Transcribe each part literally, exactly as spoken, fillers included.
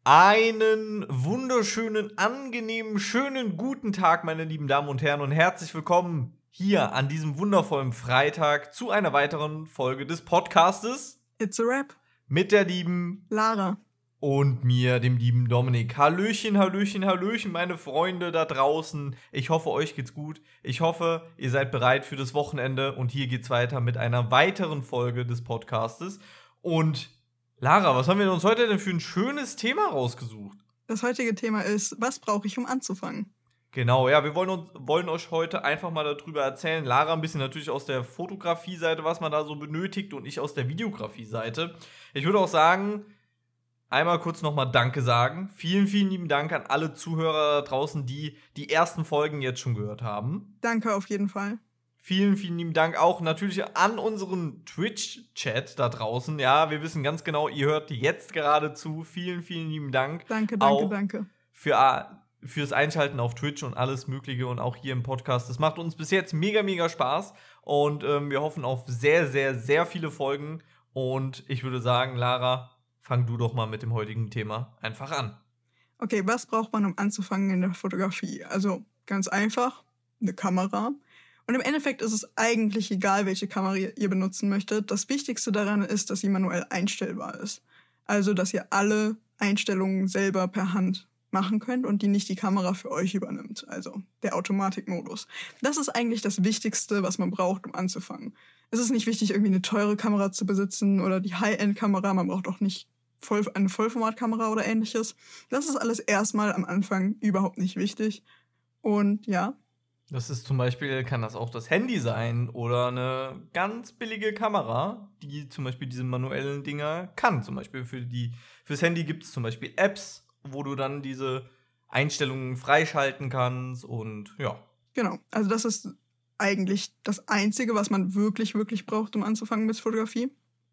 Einen wunderschönen, angenehmen, schönen guten Tag, meine lieben Damen und Herren, und herzlich willkommen hier an diesem wundervollen Freitag zu einer weiteren Folge des Podcastes It's a Rap mit der lieben Lara und mir, dem lieben Dominik. Hallöchen, Hallöchen, Hallöchen, meine Freunde da draußen. Ich hoffe, euch geht's gut. Ich hoffe, ihr seid bereit für das Wochenende und hier geht's weiter mit einer weiteren Folge des Podcastes. Und Lara, was haben wir uns heute denn für ein schönes Thema rausgesucht? Das heutige Thema ist, was brauche ich, um anzufangen? Genau, ja, wir wollen, uns, wollen euch heute einfach mal darüber erzählen. Lara ein bisschen natürlich aus der Fotografie-Seite, was man da so benötigt, und ich aus der Videografie-Seite. Ich würde auch sagen, einmal kurz nochmal Danke sagen. Vielen, vielen lieben Dank an alle Zuhörer da draußen, die die ersten Folgen jetzt schon gehört haben. Danke auf jeden Fall. Vielen, vielen lieben Dank auch natürlich an unseren Twitch-Chat da draußen. Ja, wir wissen ganz genau, ihr hört jetzt gerade zu. Vielen, vielen lieben Dank. Danke, danke, auch danke. Für, fürs Einschalten auf Twitch und alles Mögliche und auch hier im Podcast. Das macht uns bis jetzt mega, mega Spaß. Und ähm, wir hoffen auf sehr, sehr, sehr viele Folgen. Und ich würde sagen, Lara, fang du doch mal mit dem heutigen Thema einfach an. Okay, was braucht man, um anzufangen in der Fotografie? Also ganz einfach, eine Kamera. Und im Endeffekt ist es eigentlich egal, welche Kamera ihr benutzen möchtet. Das Wichtigste daran ist, dass sie manuell einstellbar ist. Also, dass ihr alle Einstellungen selber per Hand machen könnt und die nicht die Kamera für euch übernimmt. Also der Automatikmodus. Das ist eigentlich das Wichtigste, was man braucht, um anzufangen. Es ist nicht wichtig, irgendwie eine teure Kamera zu besitzen oder die High-End-Kamera. Man braucht auch nicht voll, eine Vollformatkamera oder ähnliches. Das ist alles erstmal am Anfang überhaupt nicht wichtig. Und ja. Das ist zum Beispiel, kann das auch das Handy sein oder eine ganz billige Kamera, die zum Beispiel diese manuellen Dinger kann. Zum Beispiel für die, fürs Handy gibt es zum Beispiel Apps, wo du dann diese Einstellungen freischalten kannst und ja. Genau, also das ist eigentlich das Einzige, was man wirklich, wirklich braucht, um anzufangen mit Fotografie.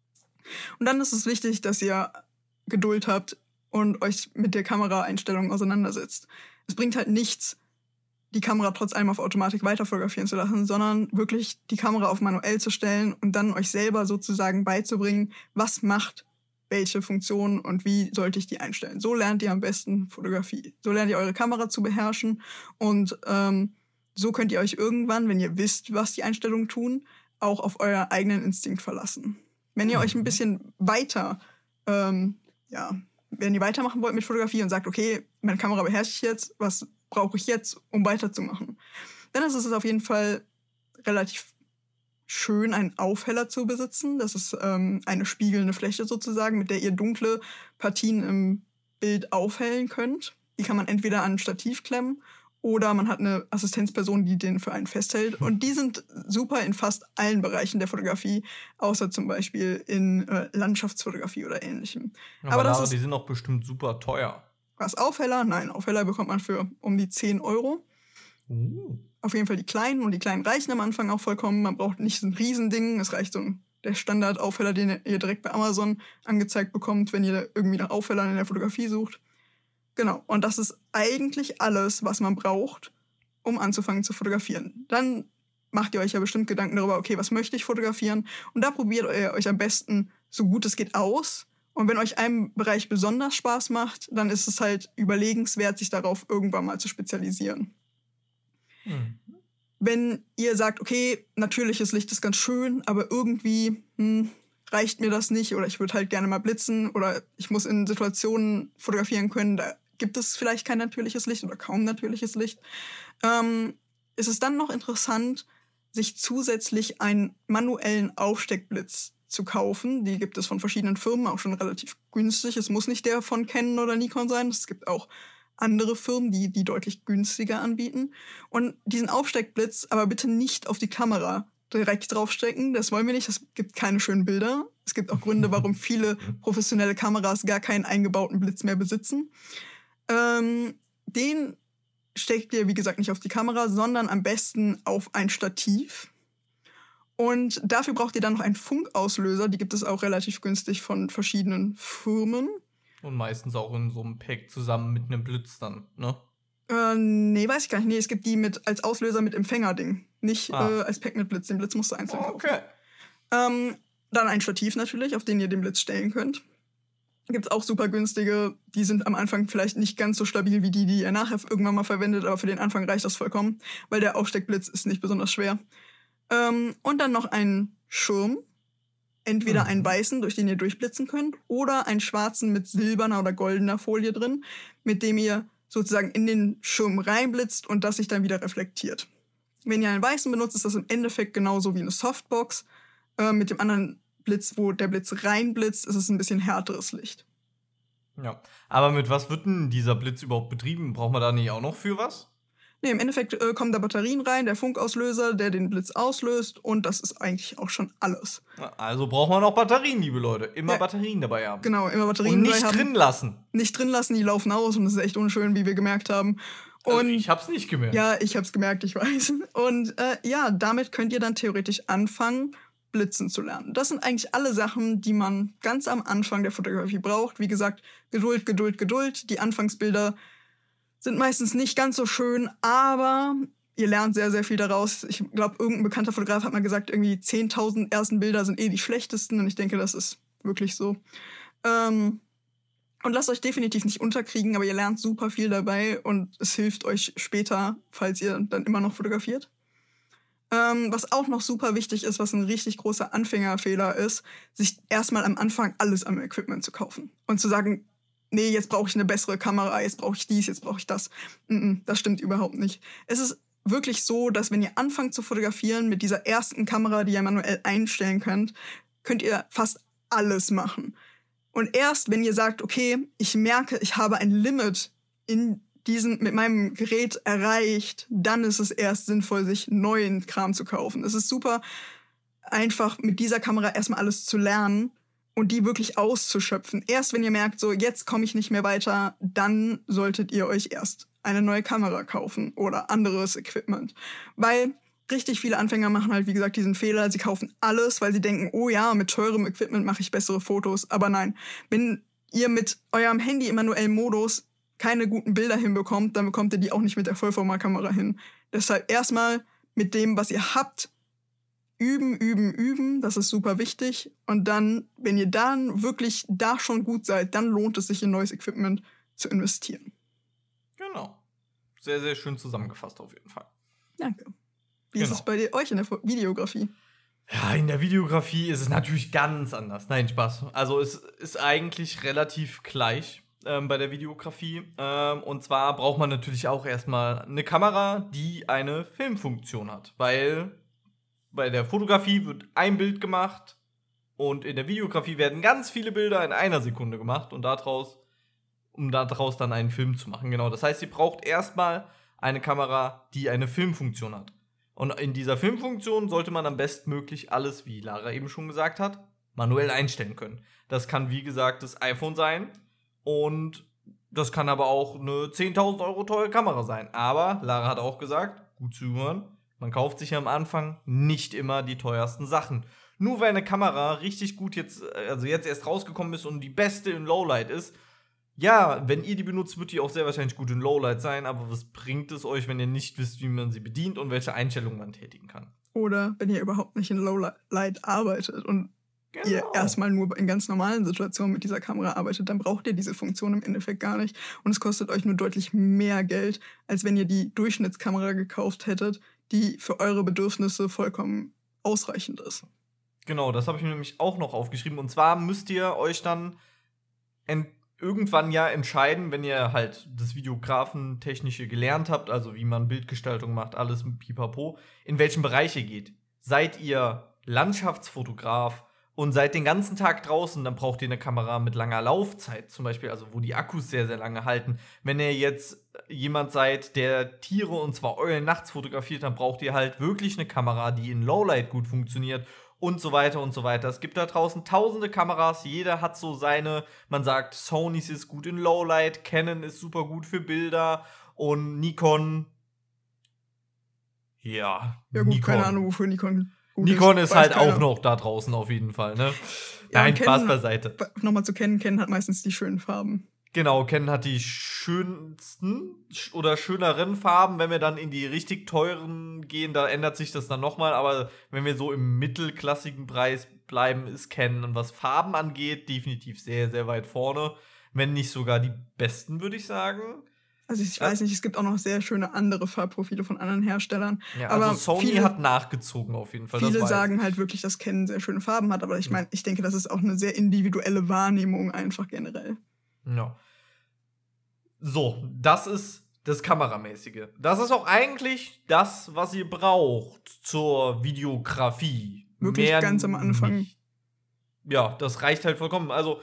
Und dann ist es wichtig, dass ihr Geduld habt und euch mit der Kameraeinstellung auseinandersetzt. Es bringt halt nichts, die Kamera trotz allem auf Automatik weiter fotografieren zu lassen, sondern wirklich die Kamera auf manuell zu stellen und dann euch selber sozusagen beizubringen, was macht welche Funktion und wie sollte ich die einstellen. So lernt ihr am besten Fotografie. So lernt ihr eure Kamera zu beherrschen und ähm, so könnt ihr euch irgendwann, wenn ihr wisst, was die Einstellungen tun, auch auf euren eigenen Instinkt verlassen. Wenn ihr euch ein bisschen weiter, ähm, ja, wenn ihr weitermachen wollt mit Fotografie und sagt, okay, meine Kamera beherrsche ich jetzt, was brauche ich jetzt, um weiterzumachen, dann ist es auf jeden Fall relativ schön, einen Aufheller zu besitzen. Das ist ähm, eine spiegelnde Fläche sozusagen, mit der ihr dunkle Partien im Bild aufhellen könnt. Die kann man entweder an ein Stativ klemmen oder man hat eine Assistenzperson, die den für einen festhält. Und die sind super in fast allen Bereichen der Fotografie, außer zum Beispiel in äh, Landschaftsfotografie oder Ähnlichem. Aber, Aber das Lara, ist, die sind auch bestimmt super teuer. Was, Aufheller? Nein, Aufheller bekommt man für um die zehn Euro. Uh. Auf jeden Fall die kleinen, und die kleinen reichen am Anfang auch vollkommen. Man braucht nicht so ein Riesending. Es reicht so ein, der Standard-Aufheller, den ihr direkt bei Amazon angezeigt bekommt, wenn ihr irgendwie nach Aufhellern in der Fotografie sucht. Genau, und das ist eigentlich alles, was man braucht, um anzufangen zu fotografieren. Dann macht ihr euch ja bestimmt Gedanken darüber, okay, was möchte ich fotografieren? Und da probiert ihr euch am besten, so gut es geht, aus. Und wenn euch ein Bereich besonders Spaß macht, dann ist es halt überlegenswert, sich darauf irgendwann mal zu spezialisieren. Hm. Wenn ihr sagt, okay, natürliches Licht ist ganz schön, aber irgendwie hm, reicht mir das nicht oder ich würde halt gerne mal blitzen oder ich muss in Situationen fotografieren können, da gibt es vielleicht kein natürliches Licht oder kaum natürliches Licht, ähm, ist es dann noch interessant, sich zusätzlich einen manuellen Aufsteckblitz zu kaufen. Die gibt es von verschiedenen Firmen, auch schon relativ günstig. Es muss nicht der von Canon oder Nikon sein. Es gibt auch andere Firmen, die die deutlich günstiger anbieten. Und diesen Aufsteckblitz aber bitte nicht auf die Kamera direkt draufstecken. Das wollen wir nicht. Es gibt keine schönen Bilder. Es gibt auch Gründe, warum viele professionelle Kameras gar keinen eingebauten Blitz mehr besitzen. Ähm, den steckt ihr, wie gesagt, nicht auf die Kamera, sondern am besten auf ein Stativ. Und dafür braucht ihr dann noch einen Funkauslöser. Die gibt es auch relativ günstig von verschiedenen Firmen. Und meistens auch in so einem Pack zusammen mit einem Blitz dann, ne? Äh, nee, weiß ich gar nicht. Nee, es gibt die mit als Auslöser mit Empfängerding. Nicht ah. äh, als Pack mit Blitz. Den Blitz musst du einzeln kaufen. Okay. Ähm, dann ein Stativ natürlich, auf den ihr den Blitz stellen könnt. Gibt es auch super günstige, die sind am Anfang vielleicht nicht ganz so stabil wie die, die ihr nachher irgendwann mal verwendet, aber für den Anfang reicht das vollkommen, weil der Aufsteckblitz ist nicht besonders schwer. Ähm, und dann noch ein Schirm, entweder Mhm. einen weißen, durch den ihr durchblitzen könnt, oder einen schwarzen mit silberner oder goldener Folie drin, mit dem ihr sozusagen in den Schirm reinblitzt und das sich dann wieder reflektiert. Wenn ihr einen weißen benutzt, ist das im Endeffekt genauso wie eine Softbox. Äh, mit dem anderen Blitz, wo der Blitz reinblitzt, ist es ein bisschen härteres Licht. Ja. Aber mit was wird denn dieser Blitz überhaupt betrieben? Braucht man da nicht auch noch für was? Nee, im Endeffekt äh, kommen da Batterien rein, der Funkauslöser, der den Blitz auslöst und das ist eigentlich auch schon alles. Also braucht man auch Batterien, liebe Leute. Immer Ja. Batterien dabei haben. Genau, immer Batterien Und dabei nicht haben. drin lassen. Nicht drin lassen, die laufen aus und das ist echt unschön, wie wir gemerkt haben. Und Also ich hab's nicht gemerkt. ja, ich hab's gemerkt, ich weiß. Und äh, ja, damit könnt ihr dann theoretisch anfangen, blitzen zu lernen. Das sind eigentlich alle Sachen, die man ganz am Anfang der Fotografie braucht. Wie gesagt, Geduld, Geduld, Geduld. Die Anfangsbilder sind meistens nicht ganz so schön, aber ihr lernt sehr, sehr viel daraus. Ich glaube, irgendein bekannter Fotograf hat mal gesagt, irgendwie zehntausend ersten Bilder sind eh die schlechtesten und ich denke, das ist wirklich so. Ähm, und lasst euch definitiv nicht unterkriegen, aber ihr lernt super viel dabei und es hilft euch später, falls ihr dann immer noch fotografiert. Ähm, was auch noch super wichtig ist, was ein richtig großer Anfängerfehler ist, sich erstmal am Anfang alles am Equipment zu kaufen und zu sagen, nee, jetzt brauche ich eine bessere Kamera, jetzt brauche ich dies, jetzt brauche ich das. Mm-mm, das stimmt überhaupt nicht. Es ist wirklich so, dass wenn ihr anfangt zu fotografieren mit dieser ersten Kamera, die ihr manuell einstellen könnt, könnt ihr fast alles machen. Und erst, wenn ihr sagt, okay, ich merke, ich habe ein Limit in diesen, mit meinem Gerät erreicht, dann ist es erst sinnvoll, sich neuen Kram zu kaufen. Es ist super einfach, mit dieser Kamera erstmal alles zu lernen und die wirklich auszuschöpfen. Erst wenn ihr merkt, so jetzt komme ich nicht mehr weiter, dann solltet ihr euch erst eine neue Kamera kaufen oder anderes Equipment. Weil richtig viele Anfänger machen halt, wie gesagt, diesen Fehler. Sie kaufen alles, weil sie denken, oh ja, mit teurem Equipment mache ich bessere Fotos. Aber nein, wenn ihr mit eurem Handy im manuellen Modus keine guten Bilder hinbekommt, dann bekommt ihr die auch nicht mit der Vollformatkamera hin. Deshalb erstmal mit dem, was ihr habt, üben, üben, üben. Das ist super wichtig. Und dann, wenn ihr dann wirklich da schon gut seid, dann lohnt es sich in neues Equipment zu investieren. Genau. Sehr, sehr schön zusammengefasst auf jeden Fall. Danke. Wie Genau. ist es bei dir, euch in der Fo- Videografie? Ja, in der Videografie ist es natürlich ganz anders. Nein, Spaß. Also es ist eigentlich relativ gleich ähm, bei der Videografie. Ähm, und zwar braucht man natürlich auch erstmal eine Kamera, die eine Filmfunktion hat. Weil bei der Fotografie wird ein Bild gemacht und in der Videografie werden ganz viele Bilder in einer Sekunde gemacht und daraus, um daraus dann einen Film zu machen. Genau, das heißt, ihr braucht erstmal eine Kamera, die eine Filmfunktion hat. Und in dieser Filmfunktion sollte man am bestmöglich alles, wie Lara eben schon gesagt hat, manuell einstellen können. Das kann, wie gesagt, das iPhone sein und das kann aber auch eine zehntausend Euro teure Kamera sein. Aber Lara hat auch gesagt, gut zuhören, man kauft sich ja am Anfang nicht immer die teuersten Sachen. Nur weil eine Kamera richtig gut jetzt, also jetzt erst rausgekommen ist und die beste in Lowlight ist, ja, wenn ihr die benutzt, wird die auch sehr wahrscheinlich gut in Lowlight sein, aber was bringt es euch, wenn ihr nicht wisst, wie man sie bedient und welche Einstellungen man tätigen kann? Oder wenn ihr überhaupt nicht in Lowlight arbeitet und Genau. ihr erstmal nur in ganz normalen Situationen mit dieser Kamera arbeitet, dann braucht ihr diese Funktion im Endeffekt gar nicht. Und es kostet euch nur deutlich mehr Geld, als wenn ihr die Durchschnittskamera gekauft hättet, die für eure Bedürfnisse vollkommen ausreichend ist. Genau, das habe ich mir nämlich auch noch aufgeschrieben. Und zwar müsst ihr euch dann ent- irgendwann ja entscheiden, wenn ihr halt das Videografentechnische gelernt habt, also wie man Bildgestaltung macht, alles mit Pipapo, in welchen Bereich ihr geht. Seid ihr Landschaftsfotograf und seid den ganzen Tag draußen, dann braucht ihr eine Kamera mit langer Laufzeit, zum Beispiel, also wo die Akkus sehr, sehr lange halten. Wenn ihr jetzt jemand seid, der Tiere und zwar Eulen nachts fotografiert, dann braucht ihr halt wirklich eine Kamera, die in Lowlight gut funktioniert und so weiter und so weiter. Es gibt da draußen tausende Kameras, jeder hat so seine, man sagt, Sony ist gut in Lowlight, Canon ist super gut für Bilder und Nikon, ja, Ja gut, Nikon. keine Ahnung, wofür Nikon gut Nikon ist weiß halt keiner. auch noch da draußen auf jeden Fall, ne? Ja, Nein, und Spaß Canon- beiseite. Nochmal zu kennen, kennen hat meistens die schönen Farben. Genau, Canon hat die schönsten oder schöneren Farben. Wenn wir dann in die richtig teuren gehen, da ändert sich das dann nochmal. Aber wenn wir so im mittelklassigen Preis bleiben, ist Canon, was Farben angeht, definitiv sehr, sehr weit vorne. Wenn nicht sogar die besten, würde ich sagen. Also ich weiß nicht, es gibt auch noch sehr schöne andere Farbprofile von anderen Herstellern. Ja, aber also Sony viele, hat nachgezogen auf jeden Fall. Viele das sagen halt wirklich, dass Canon sehr schöne Farben hat. Aber ich meine, ich denke, das ist auch eine sehr individuelle Wahrnehmung einfach generell. Ja. So, das ist das Kameramäßige. Das ist auch eigentlich das, was ihr braucht zur Videografie. Wirklich Mehr ganz am Anfang. Nicht. Ja, das reicht halt vollkommen. Also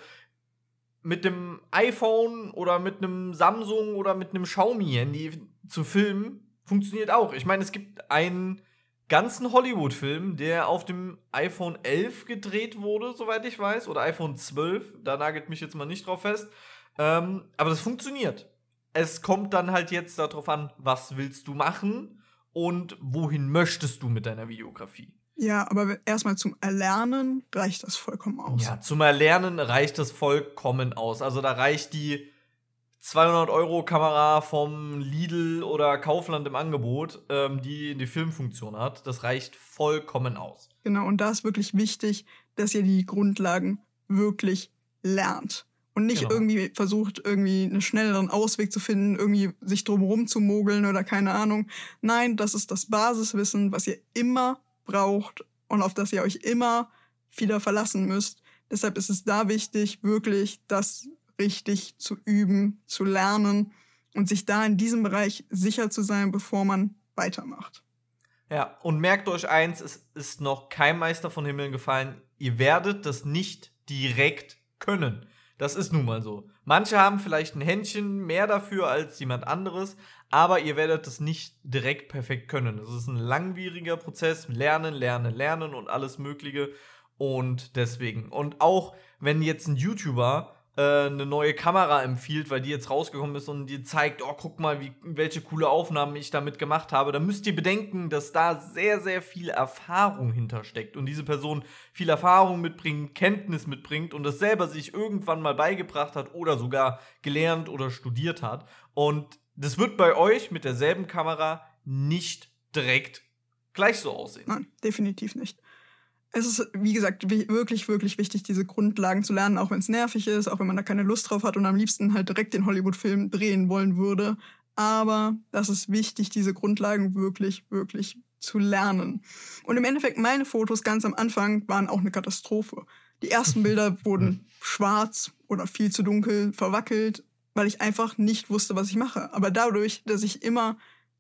mit dem iPhone oder mit einem Samsung oder mit einem Xiaomi-Handy zu filmen, funktioniert auch. Ich meine, es gibt einen ganzen Hollywood-Film, der auf dem iPhone elf gedreht wurde, soweit ich weiß, oder iPhone zwölf. Da nagelt mich jetzt mal nicht drauf fest. Ähm, aber das funktioniert. Es kommt dann halt jetzt darauf an, was willst du machen und wohin möchtest du mit deiner Videografie. Ja, aber erstmal zum Erlernen reicht das vollkommen aus. Ja, zum Erlernen reicht das vollkommen aus. Also da reicht die zweihundert Euro Kamera vom Lidl oder Kaufland im Angebot, ähm, die die Filmfunktion hat. Das reicht vollkommen aus. Genau, und da ist wirklich wichtig, dass ihr die Grundlagen wirklich lernt. Und nicht genau. irgendwie versucht, irgendwie einen schnelleren Ausweg zu finden, irgendwie sich drumherum zu mogeln oder keine Ahnung. Nein, das ist das Basiswissen, was ihr immer braucht und auf das ihr euch immer wieder verlassen müsst. Deshalb ist es da wichtig, wirklich das richtig zu üben, zu lernen und sich da in diesem Bereich sicher zu sein, bevor man weitermacht. Ja, und merkt euch eins, es ist noch kein Meister von Himmeln gefallen. Ihr werdet das nicht direkt können. Das ist nun mal so. Manche haben vielleicht ein Händchen mehr dafür als jemand anderes, aber ihr werdet das nicht direkt perfekt können. Das ist ein langwieriger Prozess, lernen, lernen, lernen und alles Mögliche. Und deswegen. Und auch wenn jetzt ein YouTuber äh, eine neue Kamera empfiehlt, weil die jetzt rausgekommen ist und dir zeigt, oh, guck mal, wie, welche coole Aufnahmen ich damit gemacht habe, dann müsst ihr bedenken, dass da sehr, sehr viel Erfahrung hintersteckt und diese Person viel Erfahrung mitbringt, Kenntnis mitbringt und das selber sich irgendwann mal beigebracht hat oder sogar gelernt oder studiert hat. Und das wird bei euch mit derselben Kamera nicht direkt gleich so aussehen. Nein, definitiv nicht. Es ist, wie gesagt, wirklich, wirklich wichtig, diese Grundlagen zu lernen, auch wenn es nervig ist, auch wenn man da keine Lust drauf hat und am liebsten halt direkt den Hollywood-Film drehen wollen würde. Aber das ist wichtig, diese Grundlagen wirklich, wirklich zu lernen. Und im Endeffekt, meine Fotos ganz am Anfang waren auch eine Katastrophe. Die ersten Bilder wurden schwarz oder viel zu dunkel, verwackelt, weil ich einfach nicht wusste, was ich mache. Aber dadurch, dass ich immer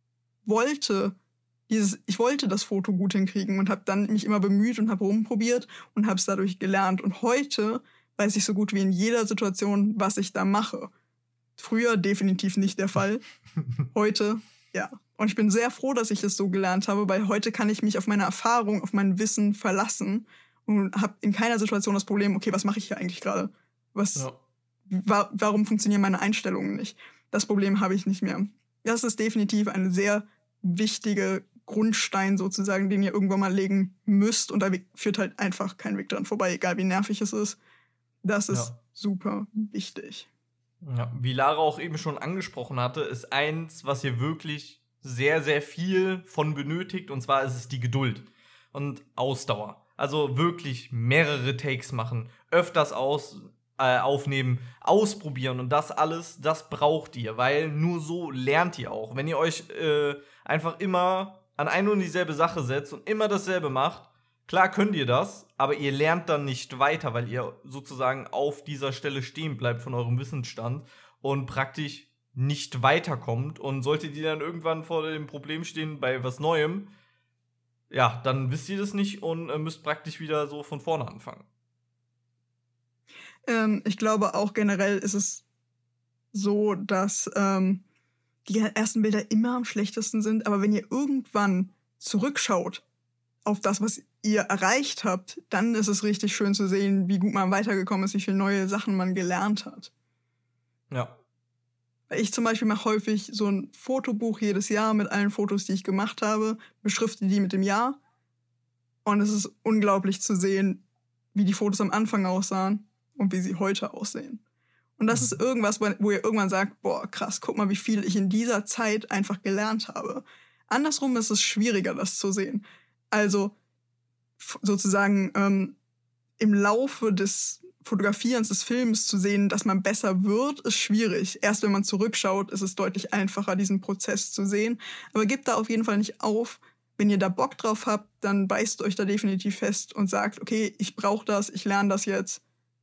wollte, Dieses, ich wollte das Foto gut hinkriegen und habe dann mich immer bemüht und habe rumprobiert und habe es dadurch gelernt. Und heute weiß ich so gut wie in jeder Situation, was ich da mache. Früher definitiv nicht der Fall. Heute, ja. Und ich bin sehr froh, dass ich das so gelernt habe, weil heute kann ich mich auf meine Erfahrung, auf mein Wissen verlassen und habe in keiner Situation das Problem, okay, was mache ich hier eigentlich gerade? Was, ja. wa- warum funktionieren meine Einstellungen nicht? Das Problem habe ich nicht mehr. Das ist definitiv eine sehr wichtige Grundstein sozusagen, den ihr irgendwann mal legen müsst und da führt halt einfach kein Weg dran vorbei, egal wie nervig es ist. Das ist ja. super wichtig. Ja, wie Lara auch eben schon angesprochen hatte, ist eins, was ihr wirklich sehr, sehr viel von benötigt, und zwar ist es die Geduld und Ausdauer. Also wirklich mehrere Takes machen, öfters aus, äh, aufnehmen, ausprobieren und das alles, das braucht ihr, weil nur so lernt ihr auch. Wenn ihr euch äh, einfach immer an eine und dieselbe Sache setzt und immer dasselbe macht, klar könnt ihr das, aber ihr lernt dann nicht weiter, weil ihr sozusagen auf dieser Stelle stehen bleibt von eurem Wissensstand und praktisch nicht weiterkommt. Und solltet ihr dann irgendwann vor dem Problem stehen bei was Neuem, ja, dann wisst ihr das nicht und äh, müsst praktisch wieder so von vorne anfangen. Ähm, ich glaube auch generell ist es so, dass ähm, die ersten Bilder immer am schlechtesten sind, aber wenn ihr irgendwann zurückschaut auf das, was ihr erreicht habt, dann ist es richtig schön zu sehen, wie gut man weitergekommen ist, wie viele neue Sachen man gelernt hat. Ja. Ich zum Beispiel mache häufig so ein Fotobuch jedes Jahr mit allen Fotos, die ich gemacht habe, beschrifte die mit dem Jahr und es ist unglaublich zu sehen, wie die Fotos am Anfang aussahen und wie sie heute aussehen. Und das ist irgendwas, wo ihr irgendwann sagt, boah, krass, guck mal, wie viel ich in dieser Zeit einfach gelernt habe. Andersrum ist es schwieriger, das zu sehen. Also f- sozusagen ähm, im Laufe des Fotografierens des Films zu sehen, dass man besser wird, ist schwierig. Erst wenn man zurückschaut, ist es deutlich einfacher, diesen Prozess zu sehen. Aber gebt da auf jeden Fall nicht auf. Wenn ihr da Bock drauf habt, dann beißt euch da definitiv fest und sagt, okay, ich brauche das, ich lerne das jetzt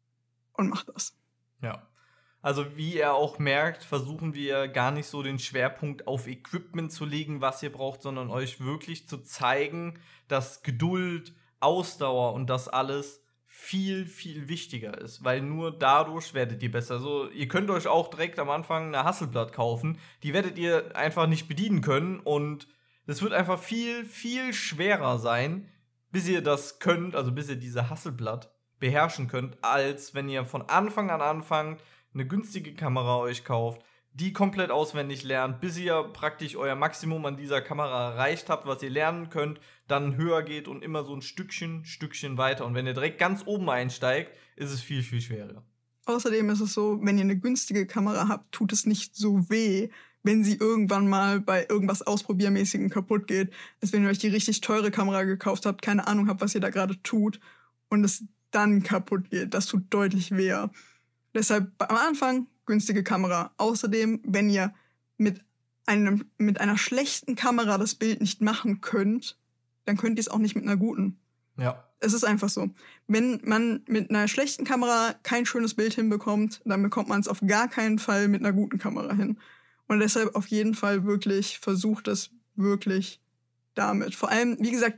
und macht das. Ja. Also wie ihr auch merkt, versuchen wir gar nicht so den Schwerpunkt auf Equipment zu legen, was ihr braucht, sondern euch wirklich zu zeigen, dass Geduld, Ausdauer und das alles viel, viel wichtiger ist. Weil nur dadurch werdet ihr besser. Also ihr könnt euch auch direkt am Anfang eine Hasselblad kaufen. Die werdet ihr einfach nicht bedienen können. Und es wird einfach viel, viel schwerer sein, bis ihr das könnt, also bis ihr diese Hasselblad beherrschen könnt, als wenn ihr von Anfang an anfangt, eine günstige Kamera euch kauft, die komplett auswendig lernt, bis ihr praktisch euer Maximum an dieser Kamera erreicht habt, was ihr lernen könnt, dann höher geht und immer so ein Stückchen, Stückchen weiter. Und wenn ihr direkt ganz oben einsteigt, ist es viel, viel schwerer. Außerdem ist es so, wenn ihr eine günstige Kamera habt, tut es nicht so weh, wenn sie irgendwann mal bei irgendwas Ausprobiermäßigen kaputt geht, als wenn ihr euch die richtig teure Kamera gekauft habt, keine Ahnung habt, was ihr da gerade tut und es dann kaputt geht. Das tut deutlich weh. Deshalb am Anfang günstige Kamera. Außerdem, wenn ihr mit, einem, mit einer schlechten Kamera das Bild nicht machen könnt, dann könnt ihr es auch nicht mit einer guten. Ja. Es ist einfach so. Wenn man mit einer schlechten Kamera kein schönes Bild hinbekommt, dann bekommt man es auf gar keinen Fall mit einer guten Kamera hin. Und deshalb auf jeden Fall wirklich versucht es wirklich damit. Vor allem, wie gesagt,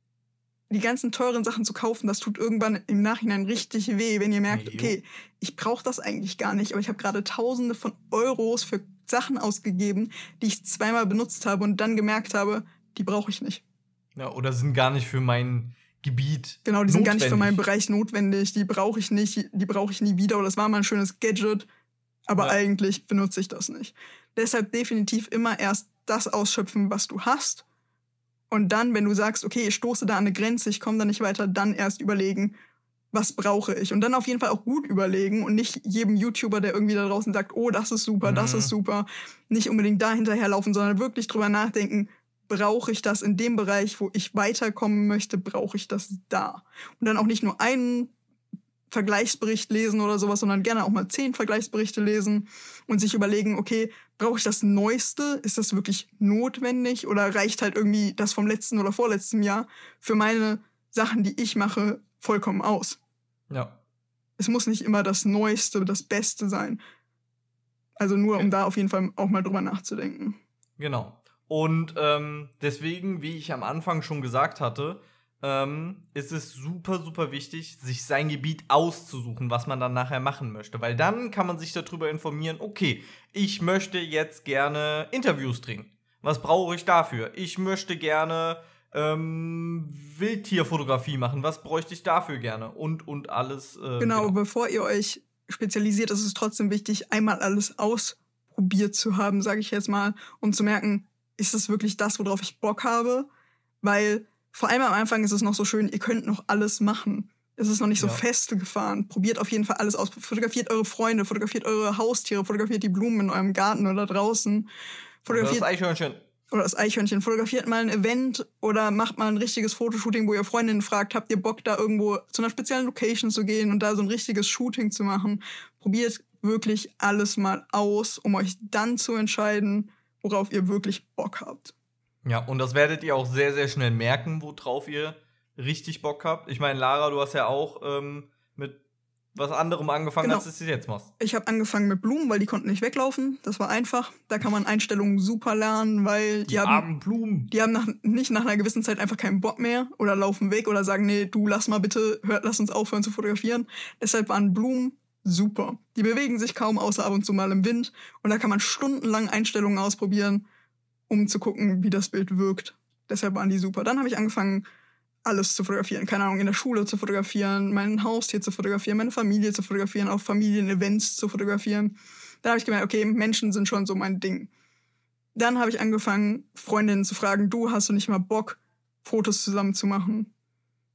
die ganzen teuren Sachen zu kaufen, das tut irgendwann im Nachhinein richtig weh, wenn ihr merkt, okay, ich brauche das eigentlich gar nicht, aber ich habe gerade Tausende von Euros für Sachen ausgegeben, die ich zweimal benutzt habe und dann gemerkt habe, die brauche ich nicht. Ja, oder sind gar nicht für mein Gebiet Genau, die sind notwendig. gar nicht für meinen Bereich notwendig, die brauche ich nicht, die brauche ich nie wieder oder das war mal ein schönes Gadget, aber ja. Eigentlich benutze ich das nicht. Deshalb definitiv immer erst das ausschöpfen, was du hast. Und dann, wenn du sagst, okay, ich stoße da an eine Grenze, ich komme da nicht weiter, dann erst überlegen, was brauche ich. Und dann auf jeden Fall auch gut überlegen und nicht jedem YouTuber, der irgendwie da draußen sagt, oh, das ist super, mhm. das ist super, nicht unbedingt da hinterherlaufen, sondern wirklich drüber nachdenken, brauche ich das in dem Bereich, wo ich weiterkommen möchte, brauche ich das da. Und dann auch nicht nur einen Vergleichsbericht lesen oder sowas, sondern gerne auch mal zehn Vergleichsberichte lesen und sich überlegen, okay, brauche ich das Neueste? Ist das wirklich notwendig? Oder reicht halt irgendwie das vom letzten oder vorletzten Jahr für meine Sachen, die ich mache, vollkommen aus? Ja. Es muss nicht immer das Neueste, das Beste sein. Also nur, um da auf jeden Fall auch mal drüber nachzudenken. Genau. Und ähm, deswegen, wie ich am Anfang schon gesagt hatte, ähm, ist es super, super wichtig, sich sein Gebiet auszusuchen, was man dann nachher machen möchte. Weil dann kann man sich darüber informieren, okay, ich möchte jetzt gerne Interviews drehen. Was brauche ich dafür? Ich möchte gerne ähm, Wildtierfotografie machen. Was bräuchte ich dafür gerne? Und, und alles. Äh, genau, genau, bevor ihr euch spezialisiert, ist es trotzdem wichtig, einmal alles ausprobiert zu haben, sage ich jetzt mal, um zu merken, ist das wirklich das, worauf ich Bock habe? Weil vor allem am Anfang ist es noch so schön, ihr könnt noch alles machen. Es ist noch nicht so ja. festgefahren. Probiert auf jeden Fall alles aus. Fotografiert eure Freunde, fotografiert eure Haustiere, fotografiert die Blumen in eurem Garten oder draußen. Fotografiert oder das Eichhörnchen. Oder das Eichhörnchen. Fotografiert mal ein Event oder macht mal ein richtiges Fotoshooting, wo ihr Freundinnen fragt, habt ihr Bock, da irgendwo zu einer speziellen Location zu gehen und da so ein richtiges Shooting zu machen. Probiert wirklich alles mal aus, um euch dann zu entscheiden, worauf ihr wirklich Bock habt. Ja, und das werdet ihr auch sehr, sehr schnell merken, worauf ihr richtig Bock habt. Ich meine, Lara, du hast ja auch ähm, mit was anderem angefangen, genau. als du es jetzt machst. Ich habe angefangen mit Blumen, weil die konnten nicht weglaufen. Das war einfach. Da kann man Einstellungen super lernen, weil die, die haben armen Blumen. Die haben nach, nicht nach einer gewissen Zeit einfach keinen Bock mehr oder laufen weg oder sagen, nee, du lass mal bitte, hör, lass uns aufhören zu fotografieren. Deshalb waren Blumen super. Die bewegen sich kaum, außer ab und zu mal im Wind. Und da kann man stundenlang Einstellungen ausprobieren, um zu gucken, wie das Bild wirkt. Deshalb waren die super. Dann habe ich angefangen, alles zu fotografieren. Keine Ahnung, in der Schule zu fotografieren, mein Haustier zu fotografieren, meine Familie zu fotografieren, auch Familienevents zu fotografieren. Dann habe ich gemerkt, okay, Menschen sind schon so mein Ding. Dann habe ich angefangen, Freundinnen zu fragen, du, hast du nicht mal Bock, Fotos zusammen zu machen?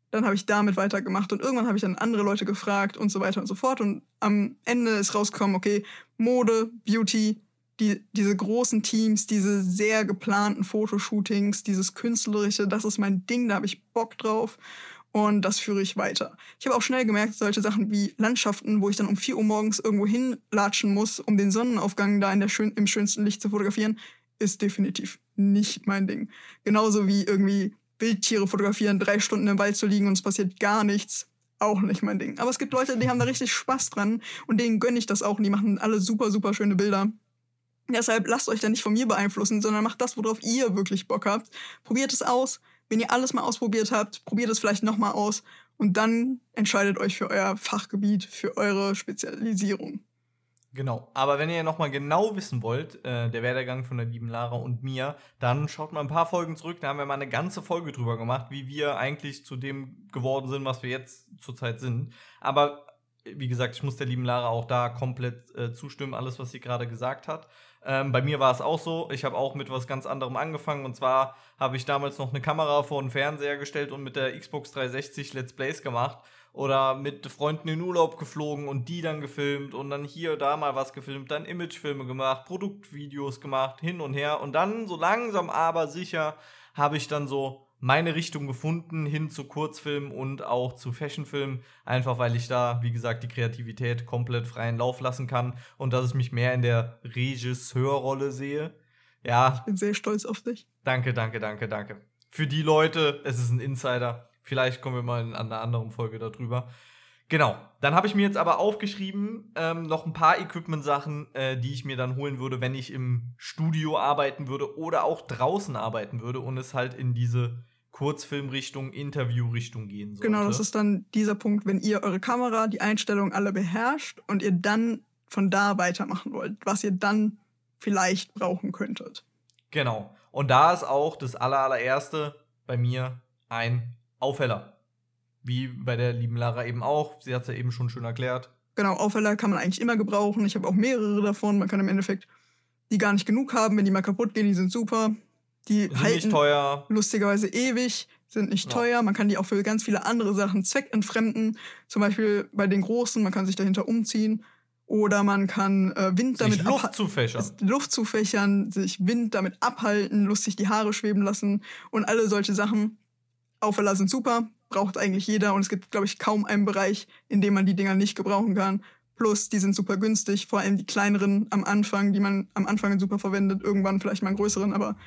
Dann habe ich damit weitergemacht und irgendwann habe ich dann andere Leute gefragt und so weiter und so fort. Und am Ende ist rausgekommen, okay, Mode, Beauty, die, diese großen Teams, diese sehr geplanten Fotoshootings, dieses Künstlerische, das ist mein Ding, da habe ich Bock drauf und das führe ich weiter. Ich habe auch schnell gemerkt, solche Sachen wie Landschaften, wo ich dann um vier Uhr morgens irgendwo hinlatschen muss, um den Sonnenaufgang da in der schön, im schönsten Licht zu fotografieren, ist definitiv nicht mein Ding. Genauso wie irgendwie Wildtiere fotografieren, drei Stunden im Wald zu liegen und es passiert gar nichts, auch nicht mein Ding. Aber es gibt Leute, die haben da richtig Spaß dran und denen gönne ich das auch und die machen alle super, super schöne Bilder. Deshalb lasst euch da nicht von mir beeinflussen, sondern macht das, worauf ihr wirklich Bock habt. Probiert es aus. Wenn ihr alles mal ausprobiert habt, probiert es vielleicht nochmal aus und dann entscheidet euch für euer Fachgebiet, für eure Spezialisierung. Genau, aber wenn ihr nochmal genau wissen wollt, äh, der Werdegang von der lieben Lara und mir, dann schaut mal ein paar Folgen zurück, da haben wir mal eine ganze Folge drüber gemacht, wie wir eigentlich zu dem geworden sind, was wir jetzt zurzeit sind. Aber wie gesagt, ich muss der lieben Lara auch da komplett äh, zustimmen, alles, was sie gerade gesagt hat. Ähm, bei mir war es auch so, ich habe auch mit was ganz anderem angefangen und zwar habe ich damals noch eine Kamera vor den Fernseher gestellt und mit der Xbox dreihundertsechzig Let's Plays gemacht oder mit Freunden in Urlaub geflogen und die dann gefilmt und dann hier und da mal was gefilmt, dann Imagefilme gemacht, Produktvideos gemacht, hin und her und dann so langsam aber sicher habe ich dann so meine Richtung gefunden, hin zu Kurzfilmen und auch zu Fashionfilmen, einfach weil ich da, wie gesagt, die Kreativität komplett freien Lauf lassen kann und dass ich mich mehr in der Regisseurrolle sehe. Ja. Ich bin sehr stolz auf dich. Danke, danke, danke, danke. Für die Leute, es ist ein Insider, vielleicht kommen wir mal in einer anderen Folge darüber. Genau, dann habe ich mir jetzt aber aufgeschrieben, ähm, noch ein paar Equipment-Sachen, äh, die ich mir dann holen würde, wenn ich im Studio arbeiten würde oder auch draußen arbeiten würde und es halt in diese Kurzfilmrichtung, Interviewrichtung gehen sollte. Genau, das ist dann dieser Punkt, wenn ihr eure Kamera, die Einstellungen alle beherrscht und ihr dann von da weitermachen wollt, was ihr dann vielleicht brauchen könntet. Genau, und da ist auch das aller, allererste bei mir ein Aufheller. Wie bei der lieben Lara eben auch. Sie hat es ja eben schon schön erklärt. Genau, Aufheller kann man eigentlich immer gebrauchen. Ich habe auch mehrere davon. Man kann im Endeffekt die gar nicht genug haben. Wenn die mal kaputt gehen, die sind super. Die sind halten nicht teuer. Lustigerweise ewig, sind nicht Ja. teuer. Man kann die auch für ganz viele andere Sachen zweckentfremden. Zum Beispiel bei den großen, man kann sich dahinter umziehen. Oder man kann äh, Wind damit sich Luft zufächern. Luft zufächern, sich Wind damit abhalten, lustig die Haare schweben lassen und alle solche Sachen. Aufheller sind super. Braucht eigentlich jeder und es gibt, glaube ich, kaum einen Bereich, in dem man die Dinger nicht gebrauchen kann. Plus, die sind super günstig, vor allem die kleineren am Anfang, die man am Anfang super verwendet, irgendwann vielleicht mal einen größeren, aber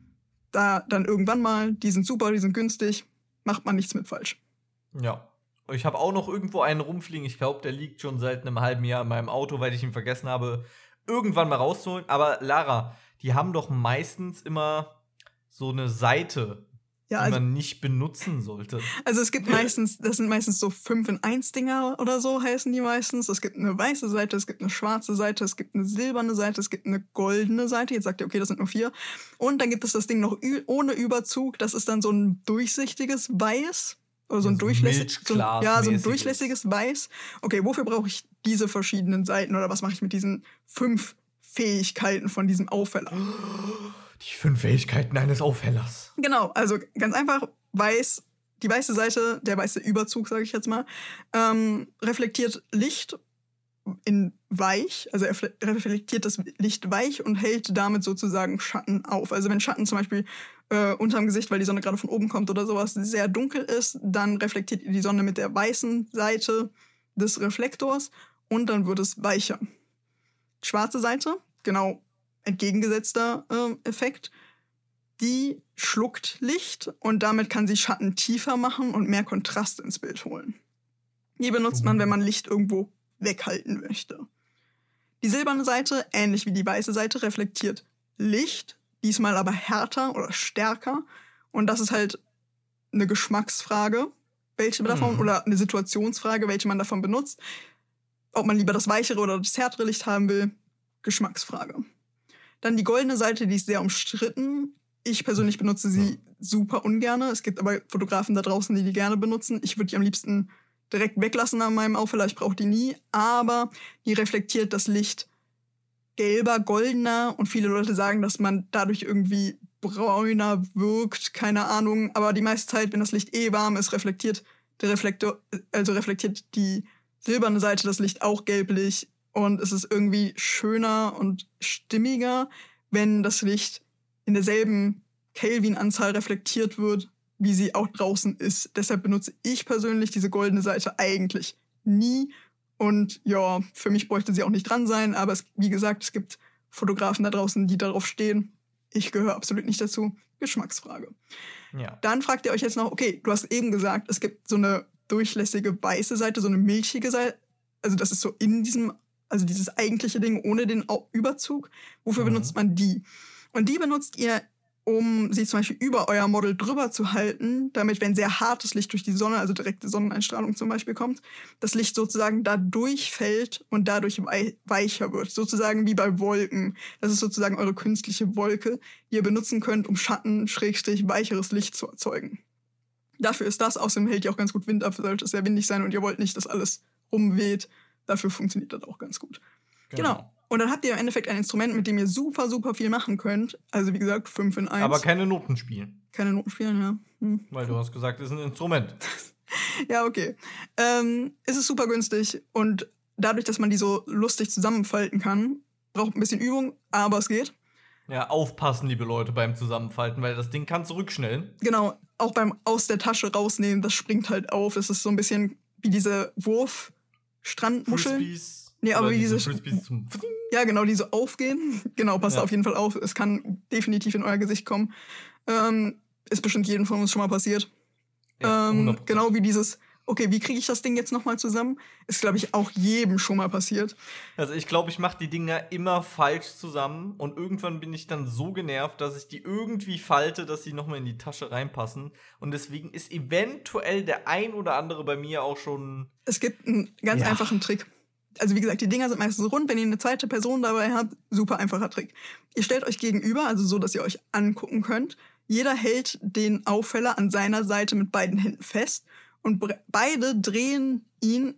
da dann irgendwann mal, die sind super, die sind günstig, macht man nichts mit falsch. Ja. Ich habe auch noch irgendwo einen rumfliegen, ich glaube, der liegt schon seit einem halben Jahr in meinem Auto, weil ich ihn vergessen habe, irgendwann mal rauszuholen. Aber Lara, die haben doch meistens immer so eine Seite, Ja, die also, man nicht benutzen sollte. also es gibt meistens, das sind meistens so fünf in eins Dinger oder so heißen die meistens. Es gibt eine weiße Seite, es gibt eine schwarze Seite, es gibt eine silberne Seite, es gibt eine goldene Seite. Jetzt sagt ihr, okay, das sind nur vier. Und dann gibt es das Ding noch ü- ohne Überzug. Das ist dann so ein durchsichtiges Weiß. Oder so ein, Ja, so durchlässig, so ein, ja, so ein Milchglas-mäßiges. durchlässiges Weiß. Okay, wofür brauche ich diese verschiedenen Seiten? Oder was mache ich mit diesen fünf Fähigkeiten von diesem Aufheller? Die fünf Fähigkeiten eines Aufhellers. Genau, also ganz einfach, weiß, die weiße Seite, der weiße Überzug, sage ich jetzt mal, ähm, reflektiert Licht in weich, also er fle- reflektiert das Licht weich und hält damit sozusagen Schatten auf. Also wenn Schatten zum Beispiel äh, unterm Gesicht, weil die Sonne gerade von oben kommt oder sowas, sehr dunkel ist, dann reflektiert die Sonne mit der weißen Seite des Reflektors und dann wird es weicher. Schwarze Seite, genau entgegengesetzter äh, Effekt, die schluckt Licht und damit kann sie Schatten tiefer machen und mehr Kontrast ins Bild holen. Die benutzt man, wenn man Licht irgendwo weghalten möchte. Die silberne Seite, ähnlich wie die weiße Seite, reflektiert Licht, diesmal aber härter oder stärker. Und das ist halt eine Geschmacksfrage, welche davon, Mhm. oder eine Situationsfrage, welche man davon benutzt. Ob man lieber das weichere oder das härtere Licht haben will, Geschmacksfrage. Dann die goldene Seite, die ist sehr umstritten. Ich persönlich benutze sie super ungerne. Es gibt aber Fotografen da draußen, die die gerne benutzen. Ich würde die am liebsten direkt weglassen an meinem Aufheller. Ich brauche die nie. Aber die reflektiert das Licht gelber, goldener. Und viele Leute sagen, dass man dadurch irgendwie bräuner wirkt, keine Ahnung. Aber die meiste Zeit, wenn das Licht eh warm ist, reflektiert der Reflektor, also reflektiert die silberne Seite das Licht auch gelblich. Und es ist irgendwie schöner und stimmiger, wenn das Licht in derselben Kelvin-Anzahl reflektiert wird, wie sie auch draußen ist. Deshalb benutze ich persönlich diese goldene Seite eigentlich nie. Und ja, für mich bräuchte sie auch nicht dran sein. Aber es, wie gesagt, es gibt Fotografen da draußen, die darauf stehen. Ich gehöre absolut nicht dazu. Geschmacksfrage. Ja. Dann fragt ihr euch jetzt noch, okay, du hast eben gesagt, es gibt so eine durchlässige weiße Seite, so eine milchige Seite. Also das ist so in diesem, also dieses eigentliche Ding ohne den Au- Überzug. Wofür Mhm. benutzt man die? Und die benutzt ihr, um sie zum Beispiel über euer Model drüber zu halten, damit, wenn sehr hartes Licht durch die Sonne, also direkte Sonneneinstrahlung zum Beispiel kommt, das Licht sozusagen da durchfällt und dadurch wei- weicher wird. Sozusagen wie bei Wolken. Das ist sozusagen eure künstliche Wolke, die ihr benutzen könnt, um Schatten, Schrägstrich, weicheres Licht zu erzeugen. Dafür ist das, außerdem hält ihr auch ganz gut Wind ab, sollte es sehr windig sein und ihr wollt nicht, dass alles rumweht. Dafür funktioniert das auch ganz gut. Genau. genau. Und dann habt ihr im Endeffekt ein Instrument, mit dem ihr super, super viel machen könnt. Also wie gesagt, fünf in eins. Aber keine Noten spielen. Keine Noten spielen, ja. Hm. Weil du hast gesagt, es ist ein Instrument. Ja, okay. Ähm, es ist super günstig und dadurch, dass man die so lustig zusammenfalten kann, braucht ein bisschen Übung, aber es geht. Ja, aufpassen, liebe Leute, beim Zusammenfalten, weil das Ding kann zurückschnellen. Genau, auch beim aus der Tasche rausnehmen, das springt halt auf. Es ist so ein bisschen wie diese Wurfstrandmuscheln. Frisbees. Nee, aber wie diese Frisbees zum Ja, genau, die so aufgehen. Genau, passt Ja. auf jeden Fall auf. Es kann definitiv in euer Gesicht kommen. Ähm, ist bestimmt jedem von uns schon mal passiert. Ja, ähm, hundert Prozent. genau wie dieses, okay, wie kriege ich das Ding jetzt nochmal zusammen? Ist, glaube ich, auch jedem schon mal passiert. Also ich glaube, ich mache die Dinger immer falsch zusammen und irgendwann bin ich dann so genervt, dass ich die irgendwie falte, dass sie nochmal in die Tasche reinpassen. Und deswegen ist eventuell der ein oder andere bei mir auch schon. Es gibt einen ganz Ja. einfachen Trick. Also wie gesagt, die Dinger sind meistens rund. Wenn ihr eine zweite Person dabei habt, super einfacher Trick. Ihr stellt euch gegenüber, also so, dass ihr euch angucken könnt. Jeder hält den Auffäller an seiner Seite mit beiden Händen fest und bre- beide drehen ihn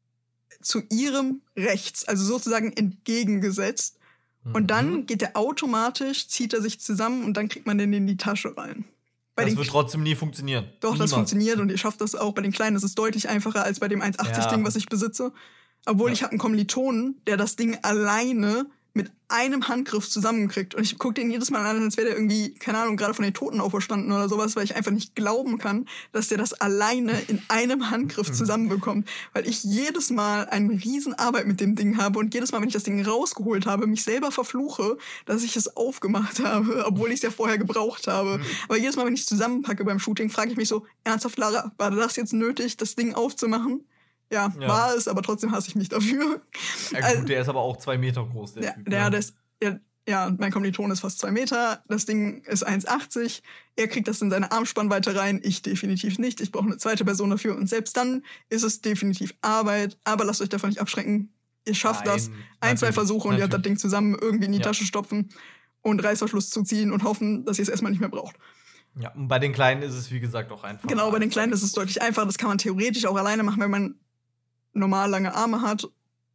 zu ihrem rechts, also sozusagen entgegengesetzt. Und dann Mhm. geht er automatisch, zieht er sich zusammen und dann kriegt man den in die Tasche rein. Bei Das den wird trotzdem nie funktionieren. Doch, das Niemals. funktioniert und ihr schafft das auch. Bei den Kleinen ist es deutlich einfacher als bei dem eins achtzig-Ding, Ja. was ich besitze. Obwohl Ja. ich habe einen Kommilitonen, der das Ding alleine mit einem Handgriff zusammenkriegt. Und ich gucke den jedes Mal an, als wäre der irgendwie, keine Ahnung, gerade von den Toten auferstanden oder sowas, weil ich einfach nicht glauben kann, dass der das alleine in einem Handgriff zusammenbekommt. Weil ich jedes Mal eine Riesenarbeit mit dem Ding habe und jedes Mal, wenn ich das Ding rausgeholt habe, mich selber verfluche, dass ich es aufgemacht habe, obwohl ich es ja vorher gebraucht habe. Aber jedes Mal, wenn ich es zusammenpacke beim Shooting, frage ich mich so, ernsthaft, Lara, war das jetzt nötig, das Ding aufzumachen? Ja, Ja. war es, aber trotzdem hasse ich mich dafür. Ja, Also- gut, der ist aber auch zwei Meter groß, der Ja, Typ. der, ne? der ist, ja, ja, mein Kommiliton ist fast zwei Meter, das Ding ist eins achtzig, er kriegt das in seine Armspannweite rein, ich definitiv nicht, ich brauche eine zweite Person dafür und selbst dann ist es definitiv Arbeit, aber lasst euch davon nicht abschrecken, ihr schafft das, Nein, ein, zwei natürlich, Versuche und ihr habt das natürlich. Ding zusammen irgendwie in die Ja. Tasche stopfen und Reißverschluss zuziehen und hoffen, dass ihr es erstmal nicht mehr braucht. Ja, und bei den Kleinen ist es, wie gesagt, auch einfach. Genau, bei den Kleinen ist es deutlich einfacher, das kann man theoretisch auch alleine machen, wenn man normal lange Arme hat.